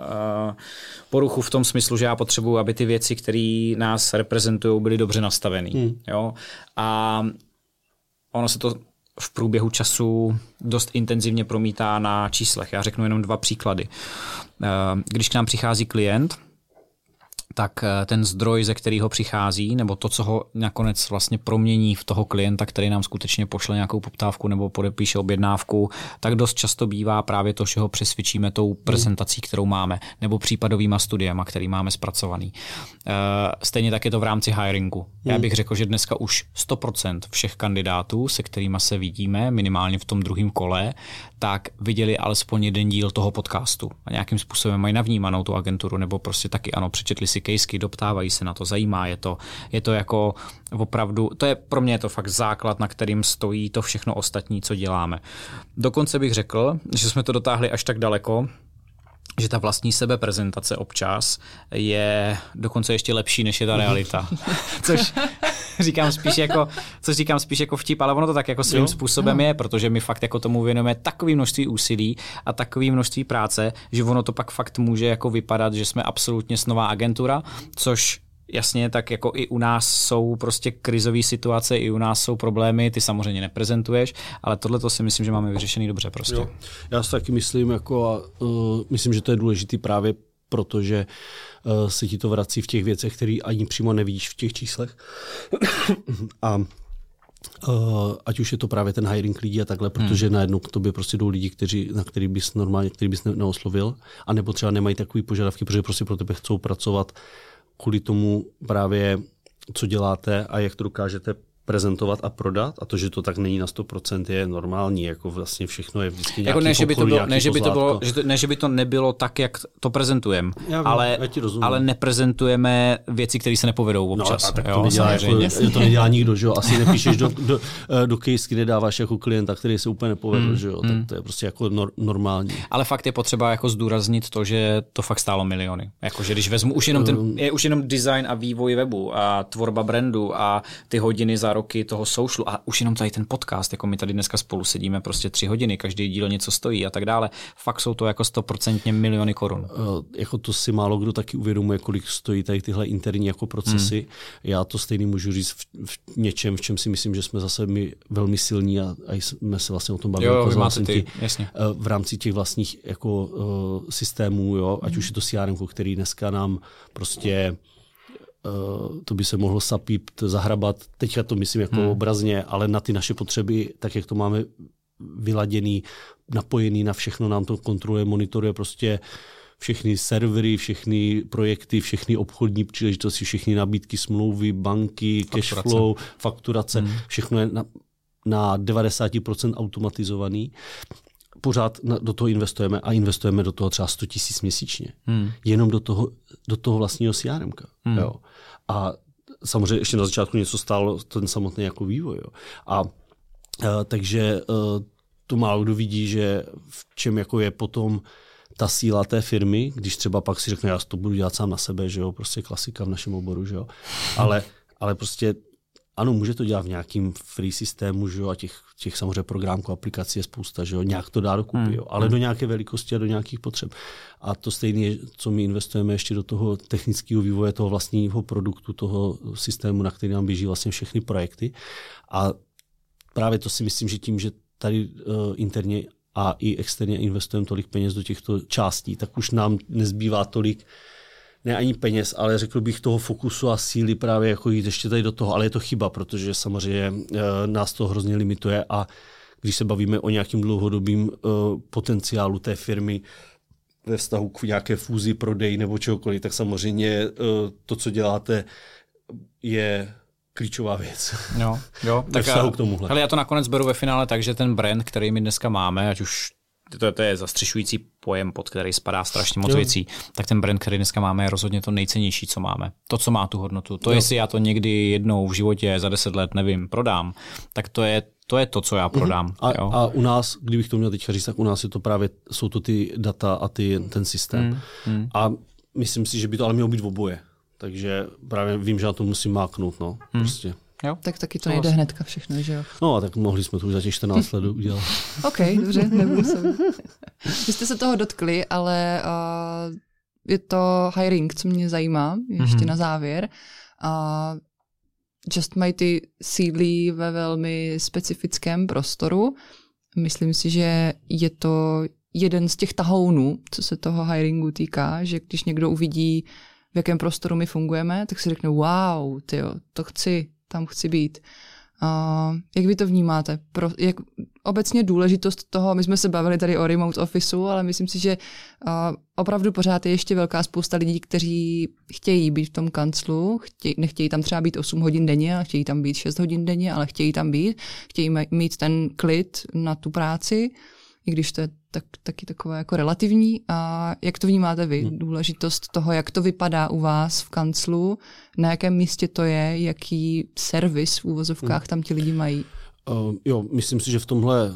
poruchu v tom smyslu, že já potřebuji, aby ty věci, které nás reprezentují, byly dobře nastavený. Hmm. Jo? A ono se to v průběhu času dost intenzivně promítá na číslech. Já řeknu jenom dva příklady. Když k nám přichází klient, tak ten zdroj, ze kterého přichází, nebo to, co ho nakonec vlastně promění v toho klienta, který nám skutečně pošle nějakou poptávku nebo podepíše objednávku, tak dost často bývá právě to, že ho přesvědčíme tou prezentací, kterou máme, nebo případovýma studiema, který máme zpracovaný. Stejně tak je to v rámci hiringu. Já bych řekl, že dneska už sto procent všech kandidátů, se kterými se vidíme, minimálně v tom druhém kole, tak viděli alespoň jeden díl toho podcastu a nějakým způsobem mají navnímanou tu agenturu, nebo prostě taky ano, přečetli si kejsky, doptávají se na to, zajímá je to. Je to jako opravdu, to je pro mě je to fakt základ, na kterým stojí to všechno ostatní, co děláme. Dokonce bych řekl, že jsme to dotáhli až tak daleko, že ta vlastní sebeprezentace občas je dokonce ještě lepší, než je ta realita. Což říkám spíš jako, což říkám spíš jako vtip, ale ono to tak jako svým jo, způsobem jo. je, protože my fakt jako tomu věnujeme takové množství úsilí a takové množství práce, že ono to pak fakt může jako vypadat, že jsme absolutně snová agentura, což jasně, tak jako i u nás jsou prostě krizové situace, i u nás jsou problémy, ty samozřejmě neprezentuješ, ale tohle to si myslím, že máme vyřešený dobře prostě. Jo. Já si taky myslím, jako, uh, myslím, že to je důležitý právě protože uh, se ti to vrací v těch věcech, které ani přímo nevidíš v těch číslech. A uh, ať už je to právě ten hiring lidí a takhle, protože hmm. najednou k tobě prostě jdou lidi, kteří, na který bys normálně, který bys ne, neoslovil, anebo třeba nemají takový požadavky, protože prostě pro tebe chcou pracovat kvůli tomu právě, co děláte a jak to dokážete prezentovat a prodat, a to, že to tak není na sto procent, je normální, jako vlastně všechno je vždycky nějaký jako ne, že by to bylo, ne, že by to bylo, že to, ne, že by to nebylo tak, jak to prezentujeme, ale, ale neprezentujeme věci, které se nepovedou občas. No, a tak to, jo, nedělá, jako, to nedělá nikdo, že jo? Asi nepíšeš do, do, do case, kde dáváš jako klienta, který se úplně nepovedl, mm, že jo? Tak to je prostě jako nor, normální. Ale fakt je potřeba jako zdůraznit to, že to fakt stálo miliony. Jako, že když vezmu už jenom ten, je už jenom design a vývoj webu a tvorba brandu a ty hodiny za roky toho socialu a už jenom tady ten podcast, jako my tady dneska spolu sedíme prostě tři hodiny, každý díl něco stojí a tak dále. Fakt jsou to jako stoprocentně miliony korun. Uh, jako to si málo kdo taky uvědomuje, kolik stojí tady tyhle interní jako procesy. Hmm. Já to stejný můžu říct v, v něčem, v čem si myslím, že jsme zase my velmi silní a, a jsme se vlastně o tom bavili. Jo, jako máte ty, jasně. Uh, v rámci těch vlastních jako uh, systémů, jo, ať hmm. už je to C R M, který dneska nám prostě Uh, to by se mohlo sapípt, zahrabat, teďka to myslím jako hmm. obrazně, ale na ty naše potřeby, tak jak to máme vyladěný, napojený na všechno, nám to kontroluje, monitoruje prostě všechny servery, všechny projekty, všechny obchodní příležitosti, všechny nabídky, smlouvy, banky, fakturace. Cashflow, fakturace, hmm. všechno je na, na devadesát procent automatizovaný. Pořád do toho investujeme a investujeme do toho třeba sto tisíc měsíčně. Hmm. Jenom do toho, do toho vlastního C R M ka. Hmm. Jo. A samozřejmě ještě na začátku něco stálo ten samotný jako vývoj. Jo. A, a takže a, to málo kdo vidí, že v čem jako je potom ta síla té firmy, když třeba pak si řekne, já to budu dělat sám na sebe, že jo, prostě klasika v našem oboru, že jo. Ale, ale prostě ano, může to dělat v nějakým free systému, že jo, a těch, těch samozřejmě programů, aplikací je spousta, že jo, nějak to dá dokupy, hmm. jo, ale hmm. do nějaké velikosti a do nějakých potřeb. A to stejné je, co my investujeme ještě do toho technického vývoje, toho vlastního produktu, toho systému, na který nám běží vlastně všechny projekty. A právě to si myslím, že tím, že tady uh, interně a i externě investujeme tolik peněz do těchto částí, tak už nám nezbývá tolik, ne ani peněz, ale řekl bych toho fokusu a síly právě jako jít ještě tady do toho, ale je to chyba, protože samozřejmě uh, nás to hrozně limituje a když se bavíme o nějakým dlouhodobým uh, potenciálu té firmy ve vztahu k nějaké fúzi, prodeji nebo čehokoliv, tak samozřejmě uh, to, co děláte, je klíčová věc. Jo, jo. Tak vztahu k tomuhle. Ale já to nakonec beru ve finále tak, že ten brand, který my dneska máme, ať už to, to je zastřešující pojem, pod který spadá strašně moc jo. věcí, tak ten brand, který dneska máme, je rozhodně to nejcennější, co máme. To, co má tu hodnotu. To, jo. jestli já to někdy jednou v životě za deset let, nevím, prodám, tak to je to, je to co já prodám. Mm. A, jo. a u nás, kdybych to měl teďka říct, tak u nás je to právě, jsou to ty data a ty, ten systém. Mm. Mm. A myslím si, že by to ale mělo být v oboje. Takže právě vím, že na to musím máknout, no, hmm. prostě. Jo. Tak taky to nejde hnedka všechno, že jo? No a tak mohli jsme to už za těch čtrnáct let udělat. OK, dobře, nebudu se. Vy jste se toho dotkli, ale uh, je to hiring, co mě zajímá, ještě mm-hmm. na závěr. Uh, Just Mighty sídlí ve velmi specifickém prostoru. Myslím si, že je to jeden z těch tahounů, co se toho hiringu týká, že když někdo uvidí, v jakém prostoru my fungujeme, tak si řekne, wow, tyjo, to chci, tam chci být. Uh, jak vy to vnímáte? Pro, jak, obecně důležitost toho, my jsme se bavili tady o remote officeu, ale myslím si, že uh, opravdu pořád je ještě velká spousta lidí, kteří chtějí být v tom kanclu, chtějí, nechtějí tam třeba být osm hodin denně, ale chtějí tam být šest hodin denně, ale chtějí tam být, chtějí mít ten klid na tu práci, i když to je tak, taky takové jako relativní. A jak to vnímáte vy? Důležitost toho, jak to vypadá u vás v kanclu, na jakém místě to je, jaký servis v úvozovkách tam ti lidi mají? Uh, jo, myslím si, že v tomhle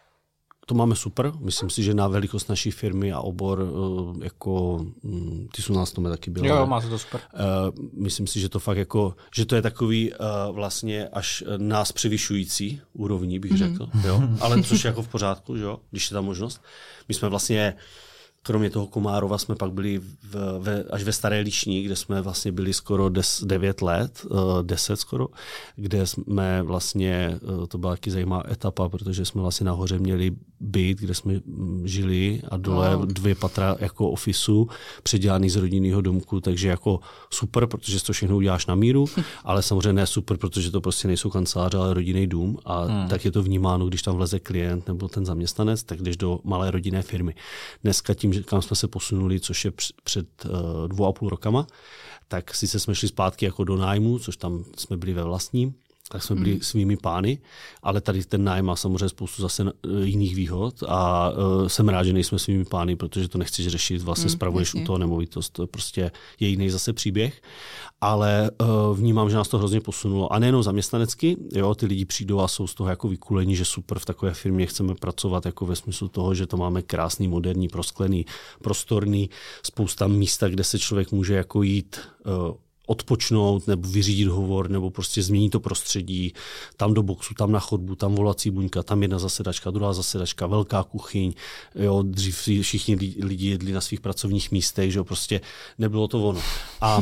to máme super. Myslím si, že na velikost naší firmy a obor, uh, jako um, ty jsou nás to taky bylo. Jo, máte to super. Uh, myslím si, že to fakt jako, že to je takový uh, vlastně až nás převyšující úrovní, bych mm-hmm. řekl. Jo? Ale což je jako v pořádku, že jo? Když je ta možnost. My jsme vlastně kromě toho Komárova jsme pak byli v, ve, až ve Staré Líšni, kde jsme vlastně byli skoro des, devět let, deset skoro, kde jsme vlastně, to byla taky zajímavá etapa, protože jsme vlastně nahoře měli byt, kde jsme žili a dole wow. dvě patra jako ofisu, předělaný z rodinného domku, takže jako super, protože to všechno uděláš na míru, ale samozřejmě ne super, protože to prostě nejsou kanceláře, ale rodinný dům a hmm. tak je to vnímáno, když tam vleze klient nebo ten zaměstnanec, tak jdeš do malé rodinné firmy. Dneska tím, že kam jsme se posunuli, což je před uh, dvou a půl rokama, tak sice jsme šli zpátky jako do nájmu, což tam jsme byli ve vlastním, tak jsme byli mm. svými pány, ale tady ten nájem má samozřejmě spoustu zase jiných výhod a uh, jsem rád, že nejsme svými pány, protože to nechceš řešit, vlastně mm, spravuješ u toho nemovitost, to prostě je jiný zase příběh, ale uh, vnímám, že nás to hrozně posunulo a nejenom zaměstnanecky, jo, ty lidi přijdou a jsou z toho jako vykulení, že super, v takové firmě chceme pracovat jako ve smyslu toho, že to máme krásný, moderní, prosklený, prostorný, spousta místa, kde se člověk může jako jít uh, odpočnout nebo vyřídit hovor nebo prostě změnit to prostředí, tam do boxu, tam na chodbu, tam volací buňka, tam jedna zasedačka, druhá zasedačka, velká kuchyň, jo, dřív všichni lidi jedli na svých pracovních místech, že jo, prostě nebylo to ono. A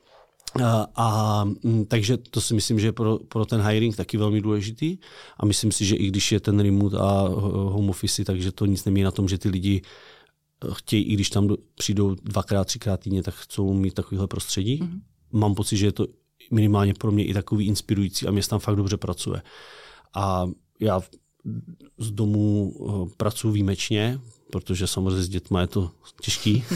A, a takže to si myslím, že je pro, pro ten hiring taky velmi důležitý a myslím si, že i když je ten remote a home office, takže to nic nemění na tom, že ty lidi chtějí, i když tam přijdou dvakrát, třikrát týdně, tak chcou mít takovéhle prostředí. Mm-hmm. Mám pocit, že je to minimálně pro mě i takový inspirující a mě tam fakt dobře pracuje. A já z domu pracuji výjimečně, protože samozřejmě s dětma je to těžký,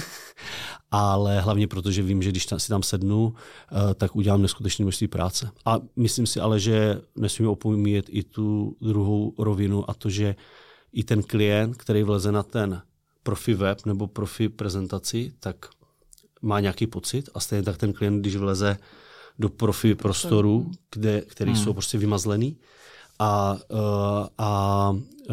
ale hlavně protože vím, že když tam, si tam sednu, tak udělám neskutečné množství práce. A myslím si ale, že nesmíme opomíjet i tu druhou rovinu a to, že i ten klient, který vleze na ten profi web nebo profi prezentaci, tak má nějaký pocit a stejně tak ten klient, když vleze do profi prostoru, kde, který hmm. jsou prostě vymazlený a, a,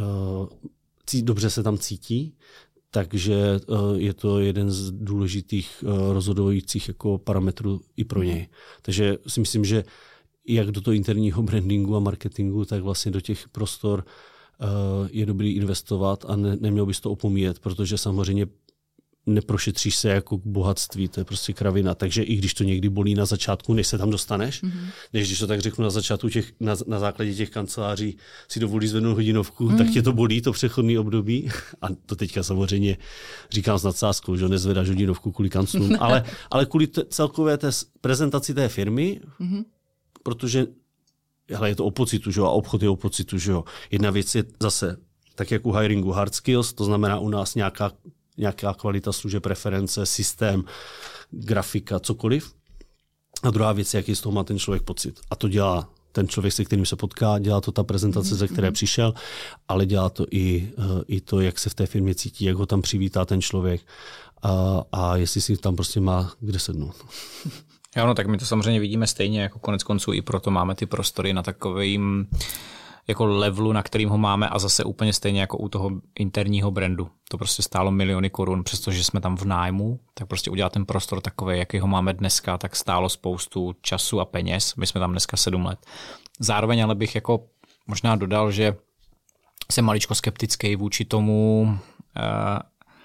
a dobře se tam cítí, takže je to jeden z důležitých rozhodujících jako parametrů i pro něj. Takže si myslím, že jak do toho interního brandingu a marketingu, tak vlastně do těch prostor uh, je dobrý investovat a ne, neměl bys to opomíjet, protože samozřejmě neprošetříš se jako k bohatství, to je prostě kravina. Takže i když to někdy bolí na začátku, než se tam dostaneš, mm-hmm. než když to tak řeknu na začátku těch, na, na základě těch kanceláří si dovolí zvednout hodinovku, mm-hmm. tak tě to bolí, to přechodné období. A to teďka samozřejmě říkám s nadsázkou, že nezvedáš hodinovku kvůli kanclům, ale, ale kvůli t- celkové té prezentaci té firmy, mm-hmm. protože hele, je to o pocitu, že jo, a obchod je o pocitu, že jo. Jedna věc je zase, tak jak u hiringu hard skills, to znamená u nás nějaká nějaká kvalita služeb, preference, systém, grafika, cokoliv. A druhá věc je, jaký z toho má ten člověk pocit. A to dělá ten člověk, se kterým se potká, dělá to ta prezentace, mm-hmm. ze které přišel, ale dělá to i, i to, jak se v té firmě cítí, jak ho tam přivítá ten člověk a, a jestli si tam prostě má kde sednout. Jo, no tak my to samozřejmě vidíme stejně, jako konec konců i proto máme ty prostory na takovým jako levelu, na kterým ho máme a zase úplně stejně jako u toho interního brandu. To prostě stálo miliony korun, přestože jsme tam v nájmu, tak prostě udělat ten prostor takový, jaký ho máme dneska, tak stálo spoustu času a peněz. My jsme tam dneska sedm let. Zároveň ale bych jako možná dodal, že jsem maličko skeptický vůči tomu uh,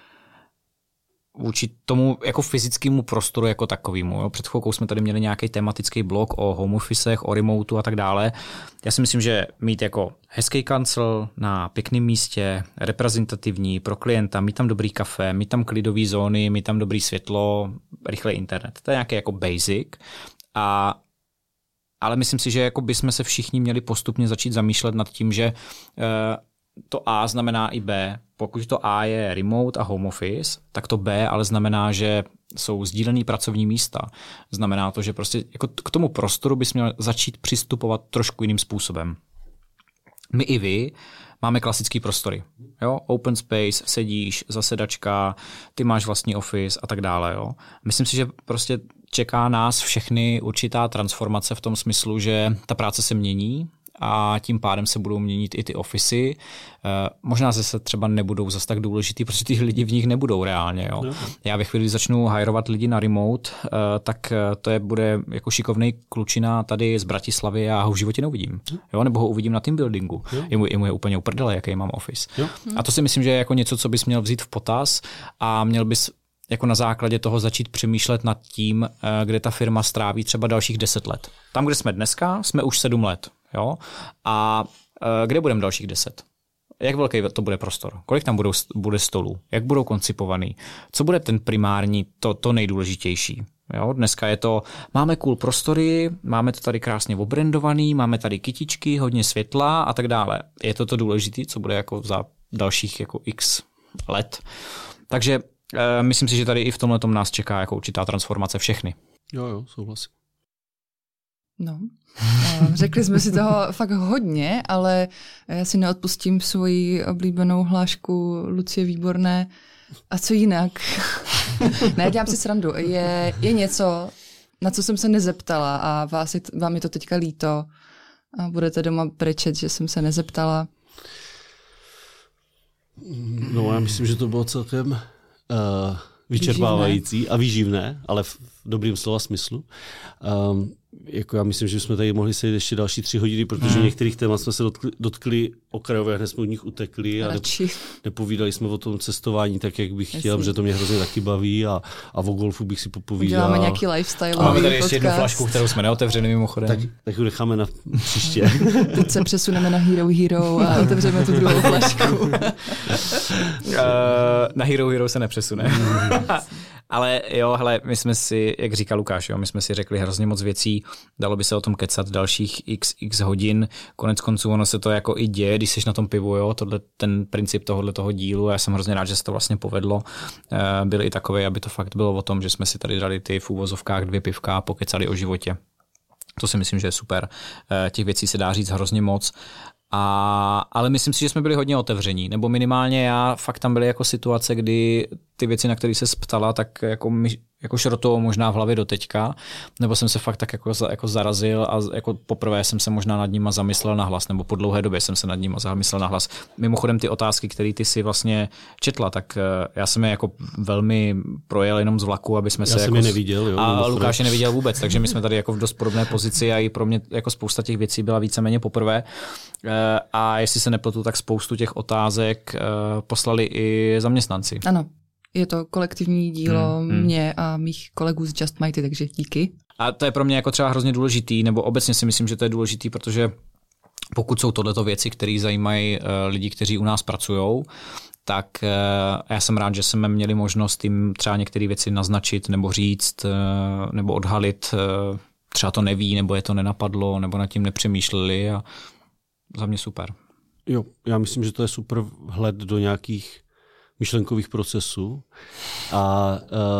vůči tomu jako fyzickému prostoru jako takovému. Jo. Před chvilkou jsme tady měli nějaký tematický blog o home officech, o remotu a tak dále. Já si myslím, že mít jako hezký kancel na pěkném místě, reprezentativní pro klienta, mít tam dobrý kafe, mít tam klidové zóny, mít tam dobrý světlo, rychlý internet. To je nějaký jako basic. A, ale myslím si, že jako bychom se všichni měli postupně začít zamýšlet nad tím, že uh, to A znamená i B. Pokud to A je remote a home office, tak to B ale znamená, že jsou sdílený pracovní místa. Znamená to, že prostě jako k tomu prostoru bys měl začít přistupovat trošku jiným způsobem. My i vy máme klasický prostory. Jo? Open space, sedíš, zasedačka, ty máš vlastní office a tak dále. Jo? Myslím si, že prostě čeká nás všechny určitá transformace v tom smyslu, že ta práce se mění, a tím pádem se budou měnit i ty ofisy. Možná zase třeba nebudou zase tak důležitý, protože ty lidi v nich nebudou reálně. Jo. No. Já ve chvíli, kdy začnu hajrovat lidi na remote, tak to je bude jako šikovnej klučina tady z Bratislavy, já ho v životě neuvidím. Jo, nebo ho uvidím na team buildingu. Je mu, je mu je úplně uprdele, jaký mám office. Jo. A to si myslím, že je jako něco, co bys měl vzít v potaz a měl bys jako na základě toho začít přemýšlet nad tím, kde ta firma stráví třeba dalších deset let. Tam, kde jsme dneska, jsme už sedm let. Jo? A e, kde budeme dalších deset? Jak velký to bude prostor? Kolik tam budou, bude stolů? Jak budou koncipovaný? Co bude ten primární, to, to nejdůležitější? Jo? Dneska je to, máme cool prostory, máme to tady krásně obrandovaný, máme tady kytičky, hodně světla a tak dále. Je to to důležité, co bude jako za dalších jako x let. Takže e, myslím si, že tady i v tomhletom nás čeká jako určitá transformace všechny. Jo, jo, souhlasím. No, řekli jsme si toho fakt hodně, ale já si neodpustím svoji oblíbenou hlášku Lucie Výborné. A co jinak? Ne, dělám si srandu. Je, je něco, na co jsem se nezeptala a vás je, vám je to teďka líto a budete doma brečet, že jsem se nezeptala. No, já myslím, že to bylo celkem uh, vyčerpávající výživné. A výživné, ale v dobrým slova smyslu. Um, Jako já myslím, že jsme tady mohli sedět ještě další tři hodiny, protože hmm. některých témat jsme se dotkli, dotkli okrajově, hned jsme od nich utekli a Radši. nepovídali jsme o tom cestování tak, jak bych chtěl, protože to mě hrozně taky baví a, a o golfu bych si popovídal. Děláme nějaký lifestyle. A máme tady ještě jednu flašku, kterou jsme neotevřeli mimochodem. Tak, tak ji necháme na příště. Teď se přesuneme na Hero Hero a otevřeme tu druhou flašku. uh, na Hero Hero se nepřesune. Ale jo, hele, my jsme si, jak říkal Lukáš, jo, my jsme si řekli hrozně moc věcí, dalo by se o tom kecat dalších x, x hodin, konec konců ono se to jako i děje, když jsi na tom pivu, jo, tohle, ten princip tohohle toho dílu, já jsem hrozně rád, že se to vlastně povedlo, e, byl i takový, aby to fakt bylo o tom, že jsme si tady dali ty v úvozovkách dvě pivka a pokecali o životě. To si myslím, že je super. E, těch věcí se dá říct hrozně moc. A, ale myslím si, že jsme byli hodně otevření, nebo minimálně já, fakt tam byly jako situace, kdy ty věci, na které se ptala, tak jako, my, jako šrotovou možná v hlavě do teďka, nebo jsem se fakt tak jako, jako zarazil a jako poprvé jsem se možná nad nima zamyslel na hlas, nebo po dlouhé době jsem se nad nima zamyslel na hlas. Mimochodem ty otázky, které ty si vlastně četla, tak já jsem je jako velmi projel jenom z vlaku, aby jsme já se jsem jako... je neviděl, jo, a Lukáš je neviděl vůbec, takže my jsme tady jako v dost podobné pozici a i pro mě jako spousta těch věcí byla víceméně poprvé. A jestli se nepletu, tak spoustu těch otázek poslali i zaměstnanci. Ano. Je to kolektivní dílo hmm, hmm. mě a mých kolegů z Just Mighty, takže díky. A to je pro mě jako třeba hrozně důležitý, nebo obecně si myslím, že to je důležitý, protože pokud jsou tohleto věci, které zajímají uh, lidi, kteří u nás pracují, tak uh, já jsem rád, že jsme měli možnost jim třeba některé věci naznačit, nebo říct, uh, nebo odhalit. Uh, třeba to neví, nebo je to nenapadlo, nebo nad tím nepřemýšleli a za mě super. Jo, já myslím, že to je super vhled do nějakých myšlenkových procesů a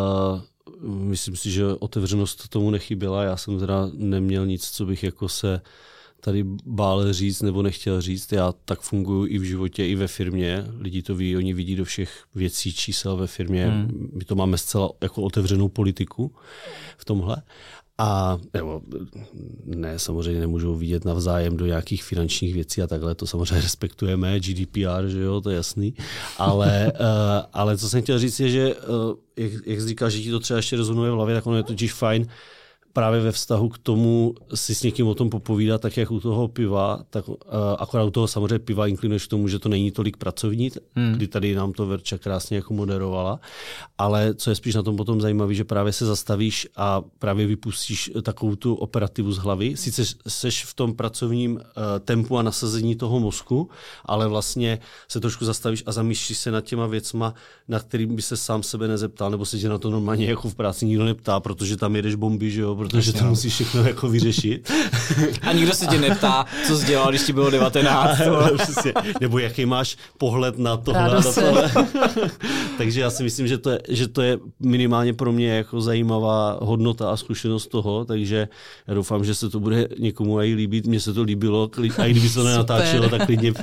uh, myslím si, že otevřenost tomu nechyběla. Já jsem teda neměl nic, co bych jako se tady bál říct nebo nechtěl říct. Já tak funguji i v životě, i ve firmě. Lidi to ví, oni vidí do všech věcí, čísel ve firmě. Hmm. My to máme zcela jako otevřenou politiku v tomhle. A nebo ne, samozřejmě nemůžou vidět navzájem do nějakých finančních věcí a takhle, to samozřejmě respektujeme, G D P R, že jo, to je jasný. Ale, uh, ale co jsem chtěl říct je, že uh, jak, jak jsi říkal, že ti to třeba ještě rezonuje v hlavě, tak ono je totiž fajn právě ve vztahu k tomu si s někým o tom popovídat, tak jak u toho piva, tak uh, akorát u toho samozřejmě piva inklinuješ k tomu, že to není tolik pracovní, hmm. kdy tady nám to Verča krásně jako moderovala, ale co je spíš na tom potom zajímavé, že právě se zastavíš a právě vypustíš takovou tu operativu z hlavy. Sice seš v tom pracovním uh, tempu a nasazení toho mozku, ale vlastně se trošku zastavíš a zamýšlíš se nad těma věcma, na kterým by se sám sebe nezeptal, nebo se tě na to normálně jako v práci nikdo neptá, protože tam jedeš bomby, že jo, protože to musíš všechno jako vyřešit. A nikdo se tě neptá, co jsi dělal, když ti bylo devatenáct. Nebo jaký máš pohled na tohle. Na tohle. Takže já si myslím, že to, je, že to je minimálně pro mě jako zajímavá hodnota a zkušenost toho, takže já doufám, že se to bude někomu i líbit. Mně se to líbilo, a i kdyby se to nenatáčelo, tak klidně,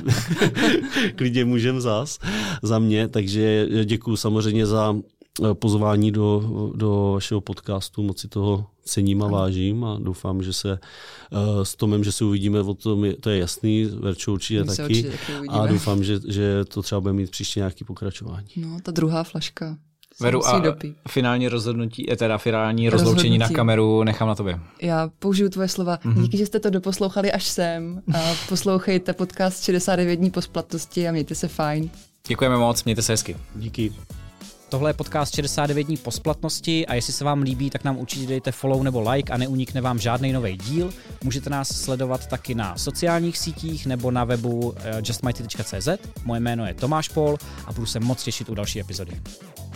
klidně můžem zas za mě. Takže děkuju samozřejmě za pozvání do, do vašeho podcastu, moc si toho cením a vážím a doufám, že se uh, s Tomem, že se uvidíme o tom, je, to je jasný, Verčou určitě taky, určitě taky a doufám, že, že to třeba bude mít příště nějaké pokračování. No, ta druhá flaška. Veru, a dopít. finální rozhodnutí, teda finální rozloučení rozhodnutí na kameru nechám na tobě. Já použiju tvoje slova. Mm-hmm. Díky, že jste to doposlouchali až sem. A poslouchejte podcast šedesát devět dní po splatnosti a mějte se fajn. Děkujeme moc, mějte se hezky. Díky. Tohle je podcast šedesát devět dní po splatnosti a jestli se vám líbí, tak nám určitě dejte follow nebo like a neunikne vám žádný nový díl. Můžete nás sledovat taky na sociálních sítích nebo na webu just mighty tečka cé zet. Moje jméno je Tomáš Pol a budu se moc těšit u další epizody.